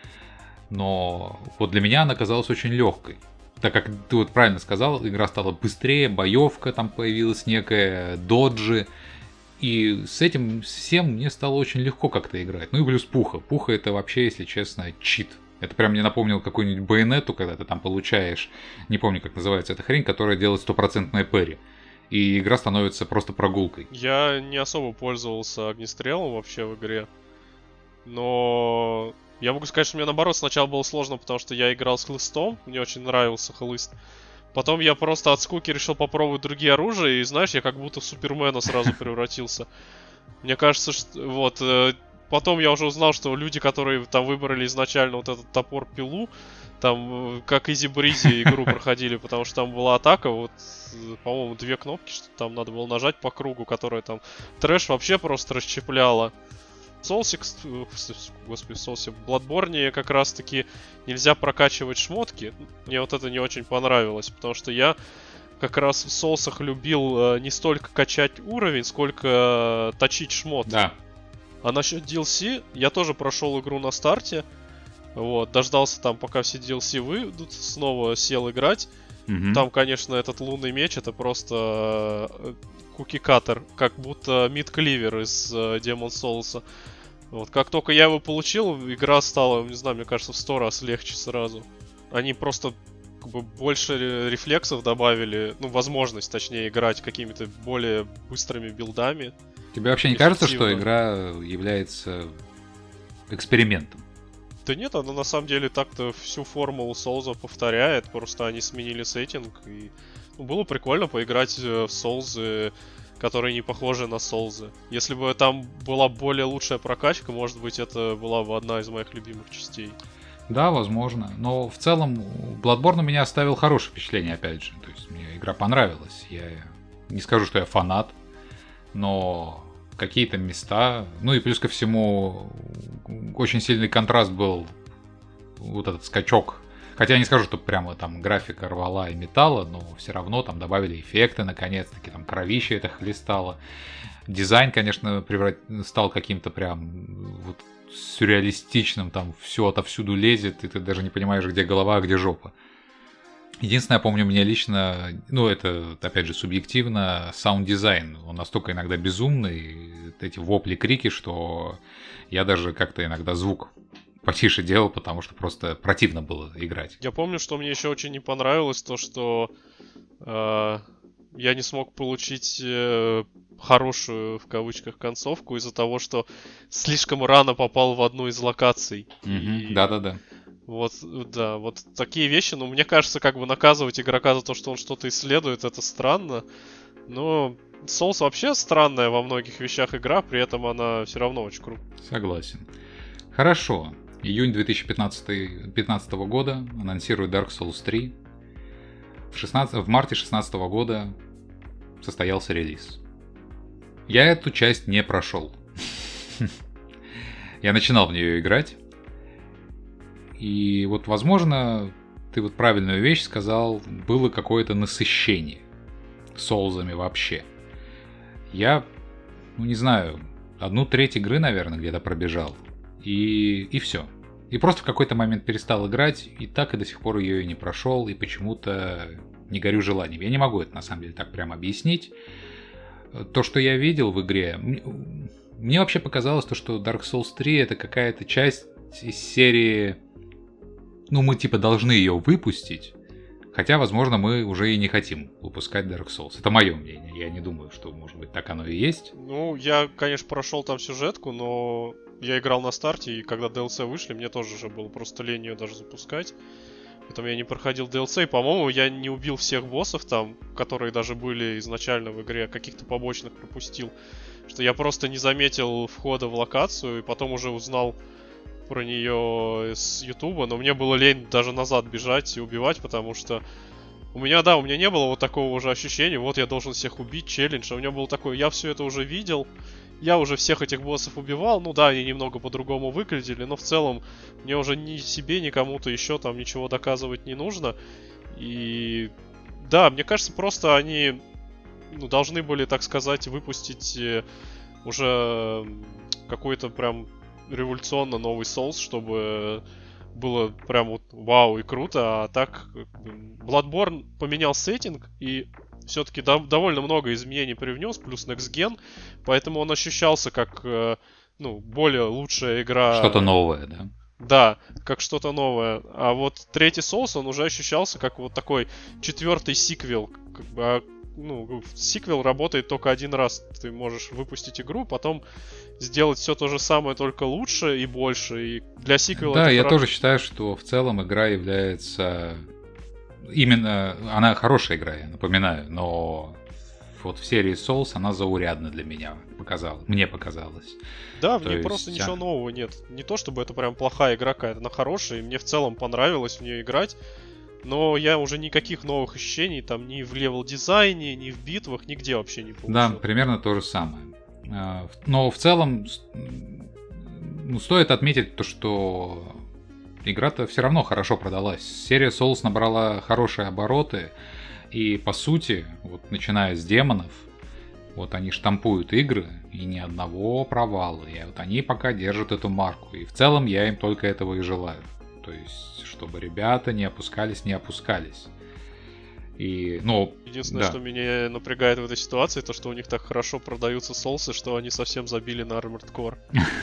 Но вот для меня она казалась очень легкой. Так как ты вот правильно сказал, игра стала быстрее, боевка там появилась некая, доджи. И с этим всем мне стало очень легко как-то играть. Ну и плюс пуха. Пуха это вообще, если честно, чит. Это прям мне напомнил какую-нибудь байонету, когда ты там получаешь, не помню как называется эта хрень, которая делает стопроцентное парри. И игра становится просто прогулкой. Я не особо пользовался огнестрелом вообще в игре. Но... Я могу сказать, что мне наоборот сначала было сложно, потому что я играл с хлыстом, мне очень нравился хлыст. Потом я просто от скуки решил попробовать другие оружия, и знаешь, я как будто в Супермена сразу превратился. Мне кажется, что вот... Потом я уже узнал, что люди, которые там выбрали изначально вот этот топор-пилу, там как изи-бризи игру проходили, потому что там была атака, вот, по-моему, две кнопки, что там надо было нажать по кругу, которая там трэш вообще просто расщепляла. Soulsик, господи, Soulsик, в Bloodborne как раз-таки нельзя прокачивать шмотки. Мне вот это не очень понравилось, потому что я как раз в Souls'ах любил не столько качать уровень, сколько точить шмот. Да. А насчет ди эл си, я тоже прошел игру на старте. Вот, дождался там, пока все ди эл си выйдут, снова сел играть. Mm-hmm. Там, конечно, этот лунный меч, это просто куки-каттер, как будто мид-кливер из uh, Demon's Souls. Вот, как только я его получил, игра стала, не знаю, мне кажется, в сто раз легче сразу. Они просто как бы больше рефлексов добавили, ну, возможность, точнее, играть какими-то более быстрыми билдами. Тебе вообще не кажется, что игра является экспериментом? Да нет, она на самом деле так-то всю формулу Souls'а повторяет, просто они сменили сеттинг, и ну, было прикольно поиграть в Souls'ы, которые не похожи на Souls'ы. Если бы там была более лучшая прокачка, может быть, это была бы одна из моих любимых частей. Да, возможно, но в целом Bloodborne у меня оставил хорошее впечатление, опять же, то есть мне игра понравилась, я не скажу, что я фанат, но какие-то места, ну и плюс ко всему очень сильный контраст был вот этот скачок. Хотя я не скажу, что прямо там графика рвала и металла, но все равно там добавили эффекты, наконец-таки, там кровище это хлестало. Дизайн, конечно, преврат... стал каким-то прям вот сюрреалистичным, там все отовсюду лезет, и ты даже не понимаешь, где голова, а где жопа. Единственное, я помню, мне лично, ну это, опять же, субъективно, саунд-дизайн, он настолько иногда безумный, эти вопли, крики, что я даже как-то иногда звук потише делал, потому что просто противно было играть. Я помню, что мне еще очень не понравилось то, что э, я не смог получить э, хорошую, в кавычках, концовку из-за того, что слишком рано попал в одну из локаций. Mm-hmm. И... Да-да-да. Вот, да, вот такие вещи, ну, мне кажется, как бы наказывать игрока за то, что он что-то исследует, это странно. Но Souls вообще странная во многих вещах игра, при этом она все равно очень крутая. Согласен. Хорошо. Июнь две тысячи пятнадцатого года анонсирует Dark Souls три. В, шестнадцатом, в марте две тысячи шестнадцатого года состоялся релиз. Я эту часть не прошел. Я начинал в нее играть. И вот, возможно, ты вот правильную вещь сказал, было какое-то насыщение соулзами вообще. Я, ну не знаю, одну треть игры, наверное, где-то пробежал. И, и все. И просто в какой-то момент перестал играть, и так и до сих пор ее и не прошел, и почему-то не горю желанием. Я не могу это на самом деле так прямо объяснить. То, что я видел в игре, мне, мне вообще показалось, то, что Dark Souls три это какая-то часть из серии... Ну, мы типа должны ее выпустить, хотя, возможно, мы уже и не хотим выпускать Dark Souls. Это мое мнение, я не думаю, что, может быть, так оно и есть. Ну, я, конечно, прошел там сюжетку, но я играл на старте, и когда ди эл си вышли, мне тоже уже было просто лень ее даже запускать. Поэтому я не проходил ди эл си, и, по-моему, я не убил всех боссов там, которые даже были изначально в игре, каких-то побочных пропустил. Что я просто не заметил входа в локацию, и потом уже узнал про нее с Ютуба, но мне было лень даже назад бежать и убивать, потому что у меня, да, у меня не было вот такого уже ощущения, вот я должен всех убить, челлендж, а у меня было такое, я все это уже видел, я уже всех этих боссов убивал, ну да, они немного по-другому выглядели, но в целом мне уже ни себе, ни кому-то еще там ничего доказывать не нужно, и да, мне кажется, просто они, ну, должны были, так сказать, выпустить уже какой-то прям революционно новый Souls, чтобы было прям вот вау и круто, а так Bloodborne поменял сеттинг и все-таки до- довольно много изменений привнес, плюс Next Gen, поэтому он ощущался как, ну, более лучшая игра. Что-то новое, да? Да, как что-то новое. А вот третий Souls, он уже ощущался как вот такой четвертый сиквел, как бы, а, ну, сиквел работает только один раз. Ты можешь выпустить игру, потом сделать все то же самое, только лучше и больше. И для сиквела... Да, я хорошо. тоже считаю, что в целом игра является... Именно... Она хорошая игра, я напоминаю, но вот в серии Souls она заурядна для меня показалась. Мне показалось. Да, в то ней есть... просто ничего нового нет. Не то, чтобы это прям плохая игра какая-то, она хорошая, и мне в целом понравилось в нее играть. Но я уже никаких новых ощущений там ни в левел-дизайне, ни в битвах, нигде вообще не получил. Да, примерно то же самое. Но в целом, ну, стоит отметить то, что игра-то все равно хорошо продалась. Серия Souls набрала хорошие обороты. И по сути, вот начиная с демонов, вот они штампуют игры, и ни одного провала. И вот они пока держат эту марку. И в целом я им только этого и желаю. То есть, чтобы ребята не опускались, не опускались. И, ну, Единственное, да. что меня напрягает в этой ситуации, то, что у них так хорошо продаются соусы, что они совсем забили на Armored Core.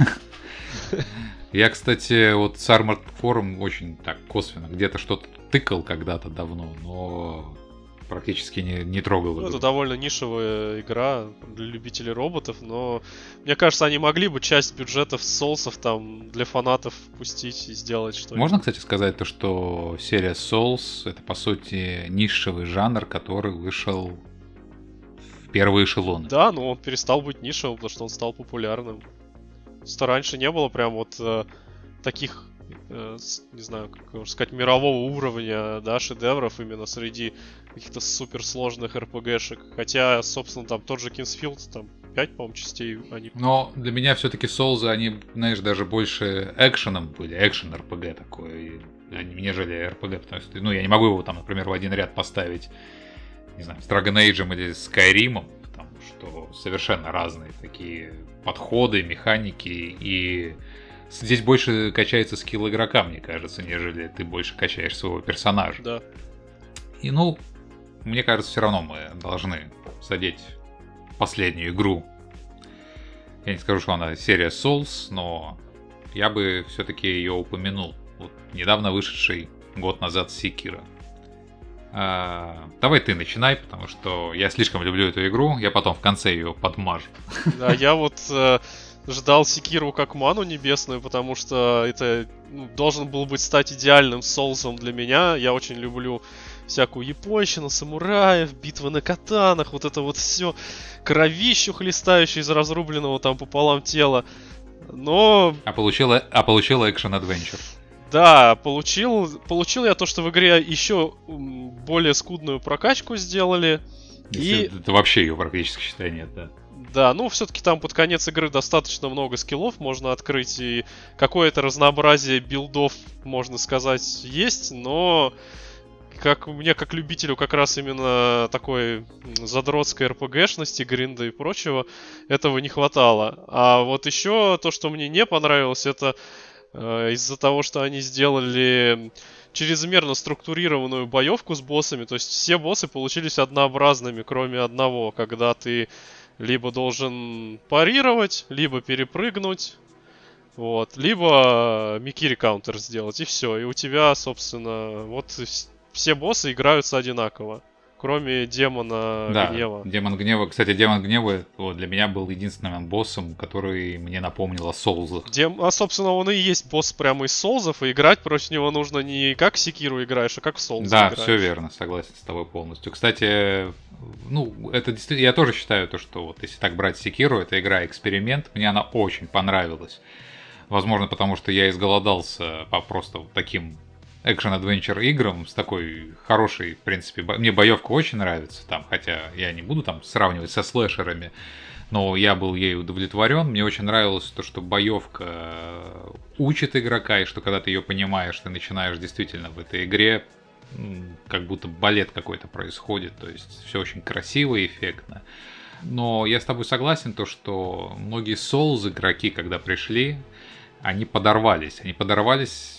Я, кстати, вот с Armored Core очень так косвенно где-то что-то тыкал когда-то давно, но практически не, не трогал. Ну, это довольно нишевая игра для любителей роботов, но мне кажется, они могли бы часть бюджетов соусов там для фанатов пустить и сделать что-нибудь. Можно, кстати, сказать то, что серия Souls это, по сути, нишевый жанр, который вышел в первые эшелоны. Да, но он перестал быть нишевым, потому что он стал популярным. Что раньше не было прям вот э, таких, э, не знаю, как можно сказать, мирового уровня, да, шедевров именно среди каких-то суперсложных эр пи джи-шек. Хотя, собственно, там тот же Kingsfield, там пять, по-моему, частей они... Но для меня все-таки Souls, они, знаешь, даже больше экшеном были, экшен-эр пи джи такой, нежели эр пи джи, потому что, ну, я не могу его там, например, в один ряд поставить, не знаю, с Dragon Age или Skyrim, потому что совершенно разные такие подходы, механики, и здесь больше качается скилл игрока, мне кажется, нежели ты больше качаешь своего персонажа. Да. И, ну, мне кажется, все равно мы должны задеть последнюю игру. Я не скажу, что она серия Souls, но я бы все-таки ее упомянул. Вот недавно вышедший год назад Sekiro. А, давай ты начинай, потому что я слишком люблю эту игру, я потом в конце ее подмажу. Да, я вот э, ждал Секиру как ману небесную, потому что это ну, должен был быть стать идеальным соусом для меня. Я очень люблю всякую японщину, самураев, битвы на катанах, вот это вот все, кровищу хлестающую из разрубленного там пополам тела. Но... А получила, а получила экшен-адвенчер. Да, получил, получил я то, что в игре еще более скудную прокачку сделали. И... Это вообще ее практически, считай, нет, да. Да, ну все-таки там под конец игры достаточно много скиллов можно открыть, и какое-то разнообразие билдов, можно сказать, есть, но как мне, как любителю как раз именно такой задротской эр пи джешности, гринда и прочего, этого не хватало. А вот еще то, что мне не понравилось, это э, из-за того, что они сделали чрезмерно структурированную боевку с боссами, то есть все боссы получились однообразными, кроме одного, когда ты либо должен парировать, либо перепрыгнуть, вот, либо микири каунтер сделать, и все. И у тебя, собственно, вот все боссы играются одинаково, кроме демона да, гнева. Демон гнева. Кстати, демон гнева вот, для меня был единственным боссом, который мне напомнил о Соулзах. Дем... А, собственно, он и есть босс прямо из Соулзов, и играть против него нужно не как Секиру играешь, а как в Соулзы да, играешь. все верно, согласен с тобой полностью. Кстати, ну, это действительно, я тоже считаю то, что вот если так брать Секиру, это игра-эксперимент, мне она очень понравилась. Возможно, потому что я изголодался по просто вот таким экшен-адвенчер играм с такой хорошей, в принципе, бо... мне боевка очень нравится там, хотя я не буду там сравнивать со слэшерами, но я был ей удовлетворен. Мне очень нравилось то, что боевка учит игрока, и что когда ты ее понимаешь, ты начинаешь действительно в этой игре как будто балет какой-то происходит, то есть все очень красиво и эффектно. Но я с тобой согласен, то, что многие Souls игроки, когда пришли, они подорвались. Они подорвались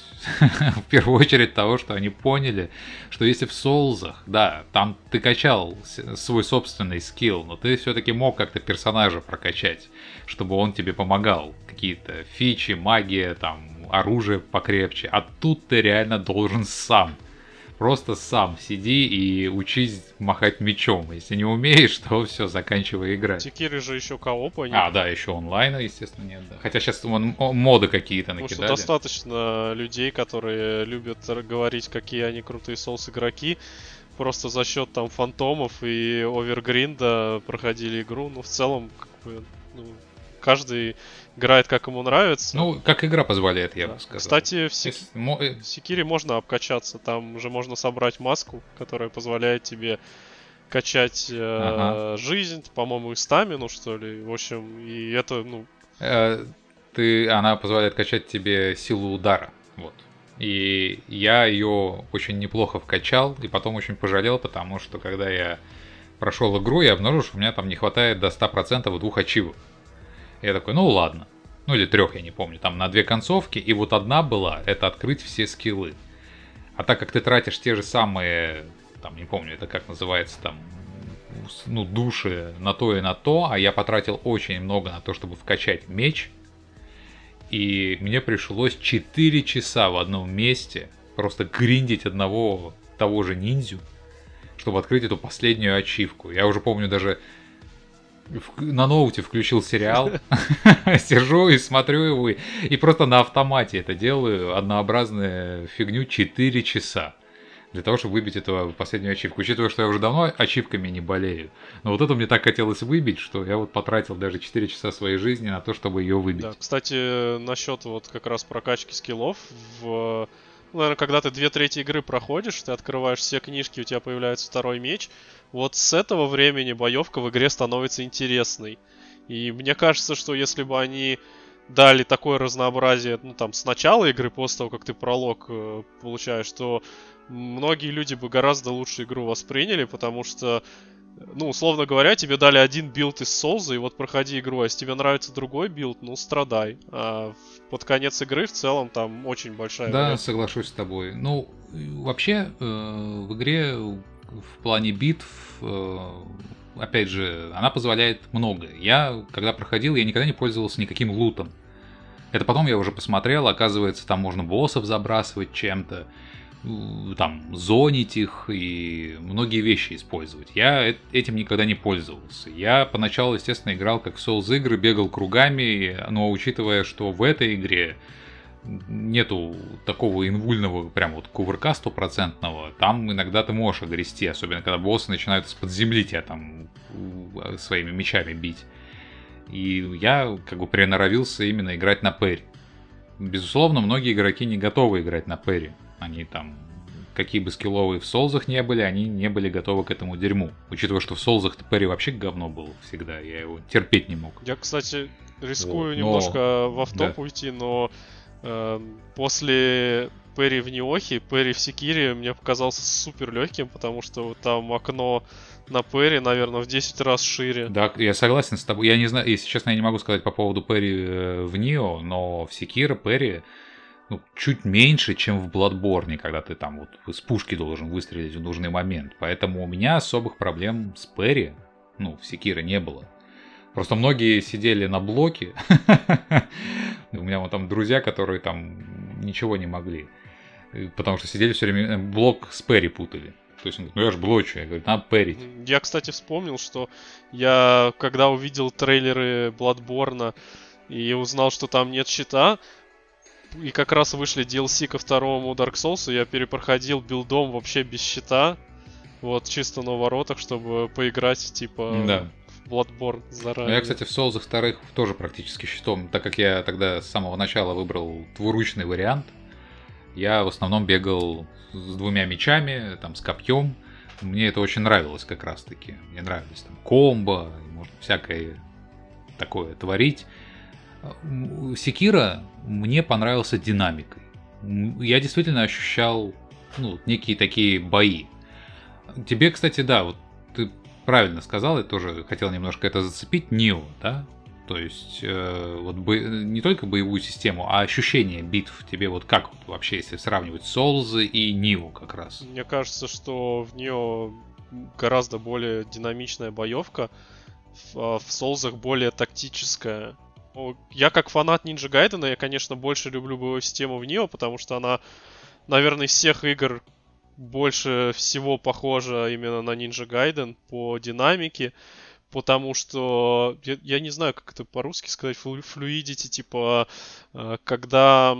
в первую очередь того, что они поняли, что если в Соулзах, да, там ты качал свой собственный скилл, но ты все-таки мог как-то персонажа прокачать, чтобы он тебе помогал. Какие-то фичи, магия, там, оружие покрепче. А тут ты реально должен сам. Просто сам сиди и учись махать мечом. Если не умеешь, то все, заканчивай играть. Секиры же еще коопа нет. А, да, еще онлайна, естественно, нет. Да. Хотя сейчас вон, моды какие-то накидали. Потому что достаточно людей, которые любят говорить, какие они крутые соус-игроки. Просто за счет там фантомов и овергринда проходили игру. Ну, в целом, как бы, ну, каждый играет, как ему нравится. Ну, как игра позволяет, я да. бы сказал. Кстати, в, сек... в Секире можно обкачаться. Там уже можно собрать маску, которая позволяет тебе качать э, ага. жизнь, по-моему, и стамину, что ли. В общем, и это, ну... Э, ты... Она позволяет качать тебе силу удара. Вот. И я ее очень неплохо вкачал, и потом очень пожалел, потому что когда я прошел игру, я обнаружил, что у меня там не хватает до ста процентов двух ачивок. Я такой, ну ладно. Ну или трех, я не помню. Там на две концовки. И вот одна была, это открыть все скиллы. А так как ты тратишь те же самые, там не помню, это как называется, там, ну, души на то и на то. А я потратил очень много на то, чтобы вкачать меч. И мне пришлось четыре часа в одном месте просто гриндить одного того же ниндзю, чтобы открыть эту последнюю ачивку. Я уже помню даже... на ноуте включил сериал, сижу и смотрю его, и просто на автомате это делаю, однообразную фигню четыре часа, для того, чтобы выбить эту последнюю ачивку. Учитывая, что я уже давно ачивками не болею, но вот это мне так хотелось выбить, что я вот потратил даже четыре часа своей жизни на то, чтобы ее выбить. Да, кстати, насчет вот как раз прокачки скиллов, в... ну, наверное, когда ты две трети игры проходишь, ты открываешь все книжки, у тебя появляется второй меч. Вот с этого времени боевка в игре становится интересной. И мне кажется, что если бы они дали такое разнообразие, ну там, с начала игры, после того, как ты пролог э, получаешь, то многие люди бы гораздо лучше игру восприняли, потому что, ну, условно говоря, тебе дали один билд из Соуза, и вот проходи игру, а если тебе нравится другой билд, ну, страдай. А под конец игры в целом там очень большая... Да, вариация. Соглашусь с тобой. Ну, вообще, э, в игре... в плане битв, опять же, она позволяет многое. Я, когда проходил, я никогда не пользовался никаким лутом. Это потом я уже посмотрел, оказывается, там можно боссов забрасывать чем-то. там зонить их и многие вещи использовать. Я этим никогда не пользовался. Я поначалу, естественно, играл как в Souls игры, бегал кругами, но учитывая, что в этой игре нету такого инвульного прям вот кувырка стопроцентного, там иногда ты можешь огрести, особенно когда боссы начинают из-под земли тебя там своими мечами бить. И я как бы приноровился именно играть на парри. Безусловно, многие игроки не готовы играть на парри. Они там, какие бы скилловые в Соулзах не были, они не были готовы к этому дерьму. Учитывая, что в Соулзах парри вообще говно был всегда, я его терпеть не мог. Я, кстати, рискую вот, немножко но... в автоп да. уйти, но э, после парри в Ниохе, парри в Секире мне показался супер легким, потому что там окно на парри, наверное, в десять раз шире. Да, я согласен с тобой. Я не знаю, если честно, я не могу сказать по поводу парри в Нио, но в Секиро парри ну, чуть меньше, чем в Bloodborne, когда ты там вот с пушки должен выстрелить в нужный момент. Поэтому у меня особых проблем с парри, ну, в Секиро не было. Просто многие сидели на блоке. У меня вот там друзья, которые там ничего не могли. Потому что сидели все время, блок с парри путали. То есть он говорит, ну я же блочу, я говорю, надо парить. Я, кстати, вспомнил, что я, когда увидел трейлеры Bloodborne и узнал, что там нет щита, и как раз вышли ди эл си ко второму Dark Souls, я перепроходил билдом вообще без щита, вот, чисто на воротах, чтобы поиграть, типа, да. в Bloodborne заранее. Ну, я, кстати, в Souls'ах вторых тоже практически щитом, так как я тогда с самого начала выбрал двуручный вариант, я в основном бегал с двумя мечами, там, с копьем. Мне это очень нравилось как раз-таки. Мне нравились там комбо, можно всякое такое творить. Секиро мне понравился динамикой. Я действительно ощущал ну, некие такие бои. Тебе, кстати, да, вот ты правильно сказал, я тоже хотел немножко это зацепить. Нио, да? То есть, э, вот бо... не только боевую систему, а ощущение битв тебе вот как вот вообще, если сравнивать Souls и Нио как раз? Мне кажется, что в Нио гораздо более динамичная боевка, в, в Souls'ах более тактическая. Я как фанат Ninja Gaiden, я, конечно, больше люблю боевую систему в Нио, потому что она, наверное, из всех игр больше всего похожа именно на Ninja Gaiden по динамике. Потому что, я, я не знаю, как это по-русски сказать, флюидити, типа, когда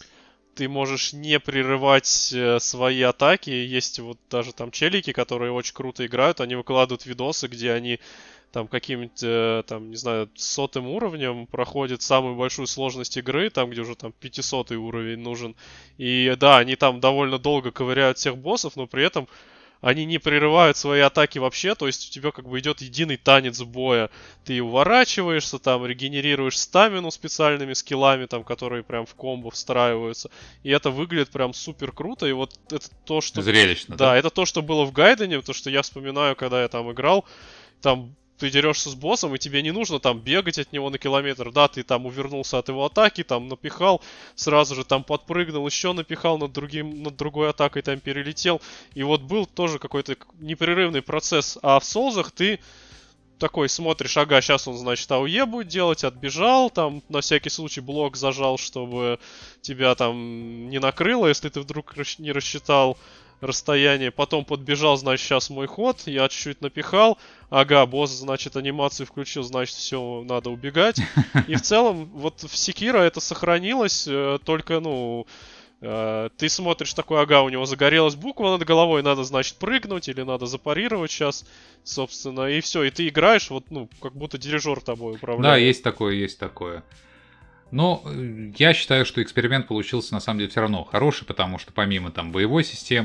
ты можешь не прерывать свои атаки. Есть вот даже там челики, которые очень круто играют, они выкладывают видосы, где они там каким-нибудь, там, не знаю, сотым уровнем проходят самую большую сложность игры, там, где уже там пятисотый уровень нужен. И да, они там довольно долго ковыряют всех боссов, но при этом они не прерывают свои атаки вообще, то есть у тебя как бы идет единый танец боя. Ты уворачиваешься, там, регенерируешь стамину специальными скиллами, там, которые прям в комбо встраиваются. И это выглядит прям супер круто, и вот это то, что... Зрелищно, да? Да, это то, что было в Гайдене, то, что я вспоминаю, когда я там играл, там... Ты дерешься с боссом, и тебе не нужно там бегать от него на километр. Да, ты там увернулся от его атаки, там напихал, сразу же там подпрыгнул, еще напихал над, другим, над другой атакой, там перелетел. И вот был тоже какой-то непрерывный процесс. А в Souls'ах ты такой смотришь, ага, сейчас он, значит, АОЕ будет делать, отбежал, там на всякий случай блок зажал, чтобы тебя там не накрыло, если ты вдруг не рассчитал расстояние, потом подбежал, значит, сейчас мой ход, я чуть-чуть напихал, ага, босс, значит, анимацию включил, значит, все, надо убегать. И в целом, вот в Секиро это сохранилось, только, ну, ты смотришь такой, ага, у него загорелась буква над головой, надо, значит, прыгнуть или надо запарировать сейчас, собственно, и все, и ты играешь, вот, ну, как будто дирижер тобой управляет. Да, есть такое, есть такое. Но я считаю, что эксперимент получился на самом деле все равно хороший, потому что помимо там боевой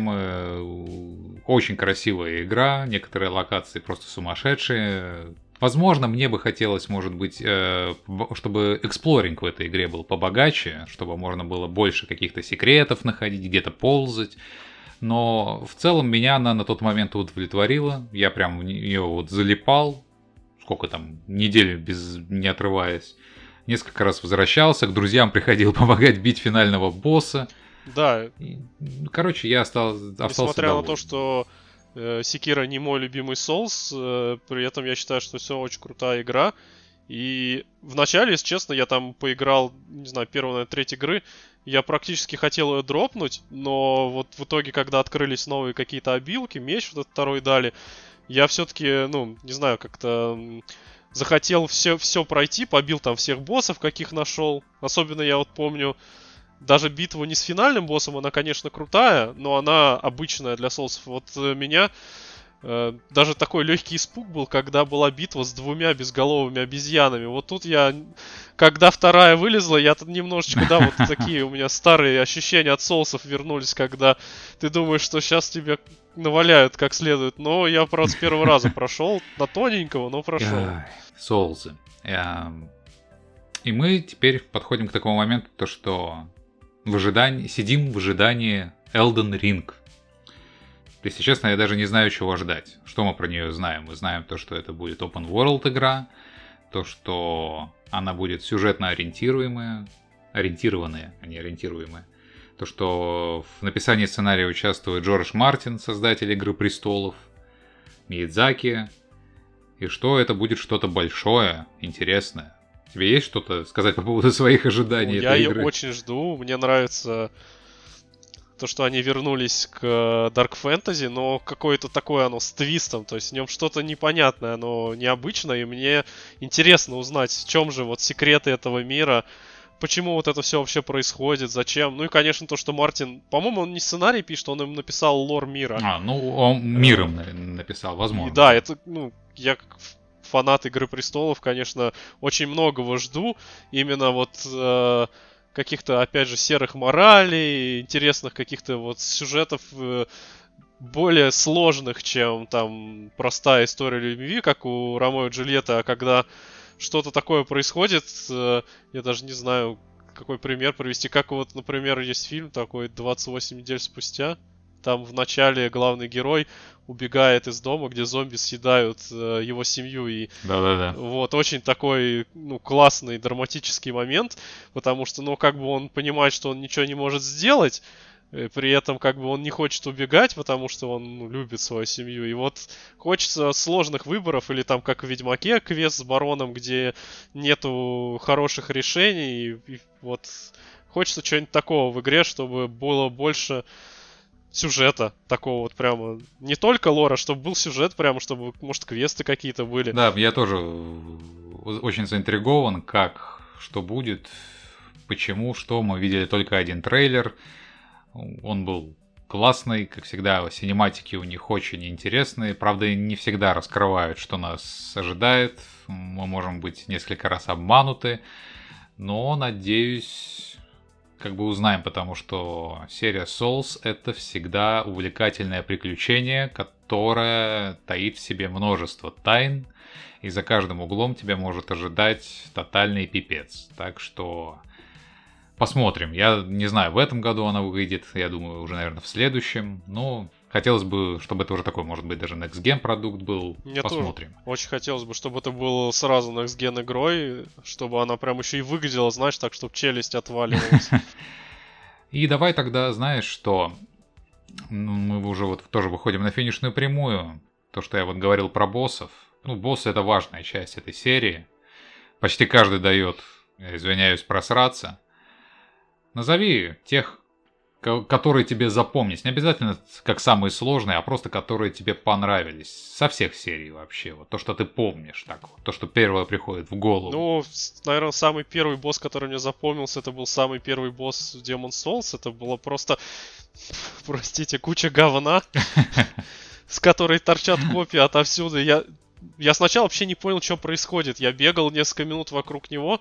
системы, очень красивая игра, некоторые локации просто сумасшедшие. Возможно, мне бы хотелось, может быть, чтобы эксплоринг в этой игре был побогаче, чтобы можно было больше каких-то секретов находить, где-то ползать. Но в целом меня она на тот момент удовлетворила. Я прям в нее вот залипал, сколько там, неделю без, не отрываясь. Несколько раз возвращался, к друзьям приходил помогать бить финального босса. Да. Короче, я остался, остался Несмотря доволен. на то, что э, Sekiro не мой любимый Souls, э, при этом я считаю, что все очень крутая игра. И вначале, если честно, я там поиграл, не знаю, первую, наверное, треть игры, Я практически хотел ее дропнуть, но вот в итоге, когда открылись новые какие-то обилки, меч вот этот второй дали, я все-таки, ну, не знаю, как-то захотел все, все пройти, побил там всех боссов, каких нашел. Особенно я вот помню даже битву не с финальным боссом, она, конечно, крутая, но она обычная для соусов. Вот э, меня э, даже такой легкий испуг был, когда была битва с двумя безголовыми обезьянами. Вот тут я, когда вторая вылезла, я тут немножечко, да, вот такие у меня старые ощущения от соусов вернулись, когда ты думаешь, что сейчас тебе наваляют как следует. Но я, правда, с первого раза прошел, на тоненького, но прошел. Соусы. И мы теперь подходим к такому моменту, то что в ожидании, сидим в ожидании Elden Ring. Если честно, я даже не знаю, чего ждать. Что мы про нее знаем? Мы знаем то, что это будет open world игра, то, что она будет сюжетно ориентируемая, ориентированная, а не ориентируемая. То, что в написании сценария участвует Джордж Мартин, создатель «Игры престолов», Миядзаки, и что это будет что-то большое, интересное. Тебе есть что-то сказать по поводу своих ожиданий ну, этой я игры? Я очень жду. Мне нравится то, что они вернулись к Dark Fantasy, но какое-то такое оно с твистом. То есть в нем что-то непонятное, оно необычное. И мне интересно узнать, в чем же вот секреты этого мира, почему вот это все вообще происходит, зачем. Ну и, конечно, то, что Мартин... По-моему, он не сценарий пишет, он им написал лор мира. А, ну он миром написал, возможно. И да, это, ну, я как фанат Игры Престолов, конечно, очень многого жду. Именно вот э, каких-то, опять же, серых моралей, интересных каких-то вот сюжетов э, более сложных, чем там простая история любви, как у Ромео и Джульетты. А когда что-то такое происходит, э, я даже не знаю, какой пример привести. Как вот, например, есть фильм такой «двадцать восемь недель спустя». Там в начале главный герой убегает из дома, где зомби съедают э, его семью. И да-да-да. Вот, очень такой, ну, классный драматический момент, потому что, ну, как бы он понимает, что он ничего не может сделать, при этом, как бы, он не хочет убегать, потому что он, ну, любит свою семью. И вот хочется сложных выборов, или там, как в Ведьмаке, квест с бароном, где нету хороших решений, и, и вот хочется чего-нибудь такого в игре, чтобы было больше сюжета такого вот прямо. Не только лора, чтобы был сюжет прямо, чтобы, может, квесты какие-то были. Да, я тоже очень заинтригован, как, что будет, почему, что. Мы видели только один трейлер. Он был классный, как всегда, синематики у них очень интересные. Правда, не всегда раскрывают, что нас ожидает. Мы можем быть несколько раз обмануты. Но, надеюсь... как бы узнаем, потому что серия Souls — это всегда увлекательное приключение, которое таит в себе множество тайн, и за каждым углом тебя может ожидать тотальный пипец. Так что посмотрим. Я не знаю, в этом году она выйдет, я думаю, уже, наверное, в следующем. Но хотелось бы, чтобы это уже такой, может быть, даже Next Gen продукт был. Мне посмотрим. Тоже очень хотелось бы, чтобы это было сразу Next Gen игрой, чтобы она прям еще и выглядела, знаешь, так, чтобы челюсть отваливалась. И давай тогда, знаешь, что мы уже вот тоже выходим на финишную прямую. То, что я вот говорил про боссов. Ну, боссы — это важная часть этой серии. Почти каждый дает, я извиняюсь, просраться. Назови тех, которые тебе запомнились. Не обязательно как самые сложные, а просто которые тебе понравились. Со всех серий вообще. Вот то, что ты помнишь. Так вот. То, что первое приходит в голову. Ну, наверное, самый первый босс, который мне запомнился, это был самый первый босс в Demon's Souls. Это было просто, простите, куча говна, с которой торчат копии отовсюду. Я, я сначала вообще не понял, что происходит. Я бегал несколько минут вокруг него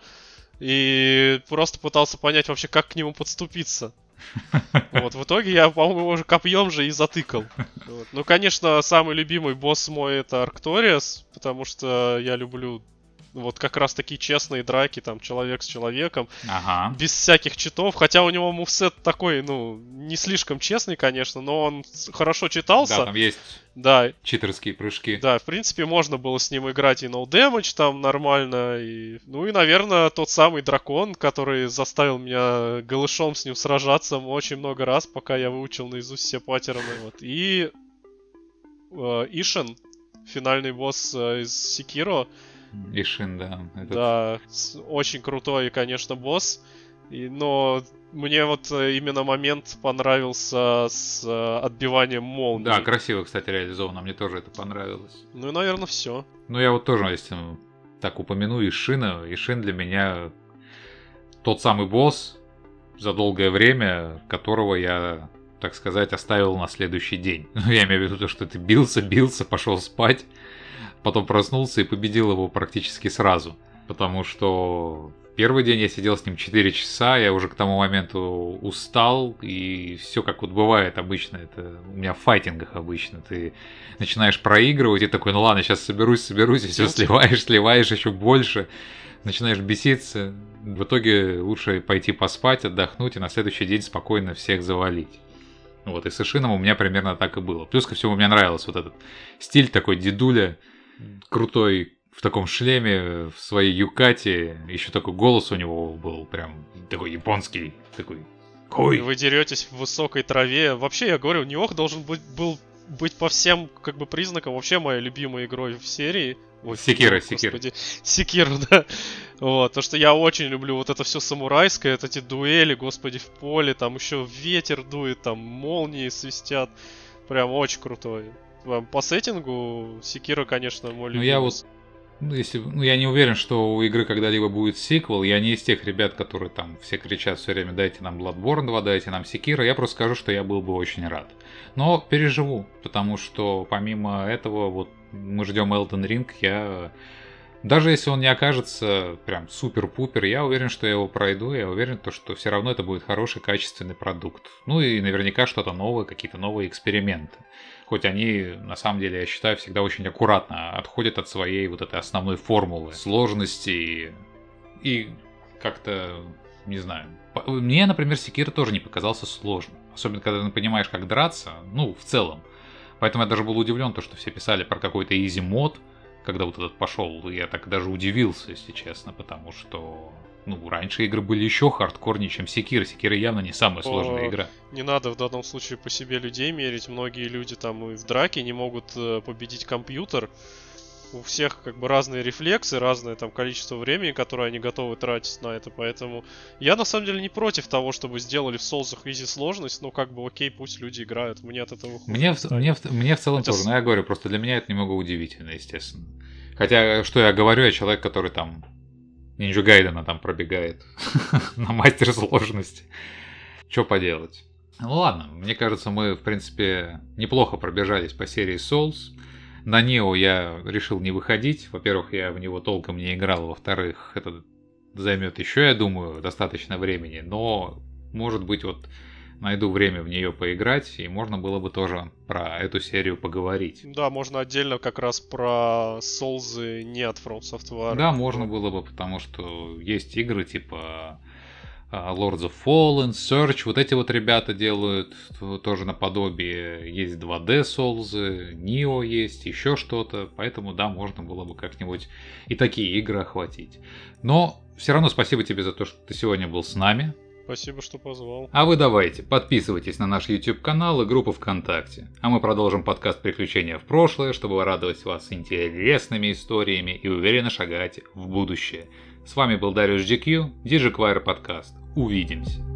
и просто пытался понять вообще, как к нему подступиться. Вот, в итоге я, по-моему, его уже копьем же и затыкал. Вот. Ну, конечно, самый любимый босс мой — это Аркториас, потому что я люблю вот как раз такие честные драки, там, человек с человеком, ага. без всяких читов, хотя у него мувсет такой, ну, не слишком честный, конечно, но он хорошо читался. Да, там есть да. читерские прыжки. Да, в принципе, можно было с ним играть и no damage там нормально, и... ну и, наверное, тот самый дракон, который заставил меня голышом с ним сражаться очень много раз, пока я выучил наизусть все паттерны, вот. И э, Ишин, финальный босс э, из Секиро. Ишин, да. Этот... Да, очень крутой, конечно, босс. И, но мне вот именно момент понравился с отбиванием молнии. Да, красиво, кстати, реализовано. Мне тоже это понравилось. Ну и, наверное, все. Ну, я вот тоже, если так упомяну, Ишина. Ишин для меня тот самый босс за долгое время, которого я, так сказать, оставил на следующий день. Я имею в виду то, что ты бился, бился, пошел спать, потом проснулся и победил его практически сразу. Потому что первый день я сидел с ним четыре часа, я уже к тому моменту устал, и все как вот бывает обычно, это у меня в файтингах обычно, ты начинаешь проигрывать, и такой, ну ладно, сейчас соберусь, соберусь, и все сливаешь, сливаешь еще больше, начинаешь беситься, в итоге лучше пойти поспать, отдохнуть, и на следующий день спокойно всех завалить. Вот, и с Ишином у меня примерно так и было. Плюс ко всему мне нравился вот этот стиль такой дедуля, крутой, в таком шлеме, в своей юкате, еще такой голос у него был прям такой японский, такой Ой. Вы деретесь в высокой траве. Вообще, я говорю, Нioh должен быть, был быть по всем как бы признакам вообще моей любимой игрой в серии. Ой, Секира, Секира. Секира, да. Вот, то, что я очень люблю вот это все самурайское, вот эти дуэли, господи, в поле, там еще ветер дует, там молнии свистят. Прям очень крутой. По сеттингу Секира, конечно, мой любимый. Ну, я вот Ну, если, ну, я не уверен, что у игры когда-либо будет сиквел. Я не из тех ребят, которые там все кричат все время: дайте нам Bloodborne два, дайте нам Sekiro. Я просто скажу, что я был бы очень рад. Но переживу, потому что помимо этого, вот мы ждем Elden Ring. Я даже если он не окажется прям супер-пупер, я уверен, что я его пройду. Я уверен, что все равно это будет хороший, качественный продукт. Ну и наверняка что-то новое, какие-то новые эксперименты. Хоть они, на самом деле, я считаю, всегда очень аккуратно отходят от своей вот этой основной формулы сложности и как-то, не знаю. Мне, например, Sekiro тоже не показался сложным. Особенно, когда ты понимаешь, как драться, ну, в целом. Поэтому я даже был удивлен, то, что все писали про какой-то изи-мод, когда вот этот пошел. Я так даже удивился, если честно, потому что... Ну, раньше игры были еще хардкорнее, чем Sekiro. Sekiro явно не самая сложная игра. Не надо в данном случае по себе людей мерить. Многие люди там и в драке не могут победить компьютер. У всех как бы разные рефлексы, разное там количество времени, которое они готовы тратить на это. Поэтому я на самом деле не против того, чтобы сделали в соусах изи сложность. Ну, как бы окей, пусть люди играют. Мне от этого хуже мне, в, мне, в, мне в целом Хотя... тоже. Но я говорю, просто для меня это немного удивительно, естественно. Хотя, что я говорю, я человек, который там... Ninja Gaiden там пробегает на мастер сложности. Что поделать? Ну ладно, мне кажется, мы, в принципе, неплохо пробежались по серии Souls. На Nioh я решил не выходить. Во-первых, я в него толком не играл. Во-вторых, это займет еще, я думаю, достаточно времени. Но, может быть, вот найду время в нее поиграть, и можно было бы тоже про эту серию поговорить. Да, можно отдельно как раз про Souls не от From Software. Да, можно было бы, потому что есть игры типа Lords of Fallen, Search, вот эти вот ребята делают тоже наподобие. Есть два дэ Souls, Nioh есть, еще что-то, поэтому да, можно было бы как-нибудь и такие игры охватить. Но все равно спасибо тебе за то, что ты сегодня был с нами. Спасибо, что позвал. А вы давайте, подписывайтесь на наш YouTube-канал и группу ВКонтакте. А мы продолжим подкаст «Приключения в прошлое», чтобы радовать вас интересными историями и уверенно шагать в будущее. С вами был Darius джи кью, Digiquire подкаст. Увидимся.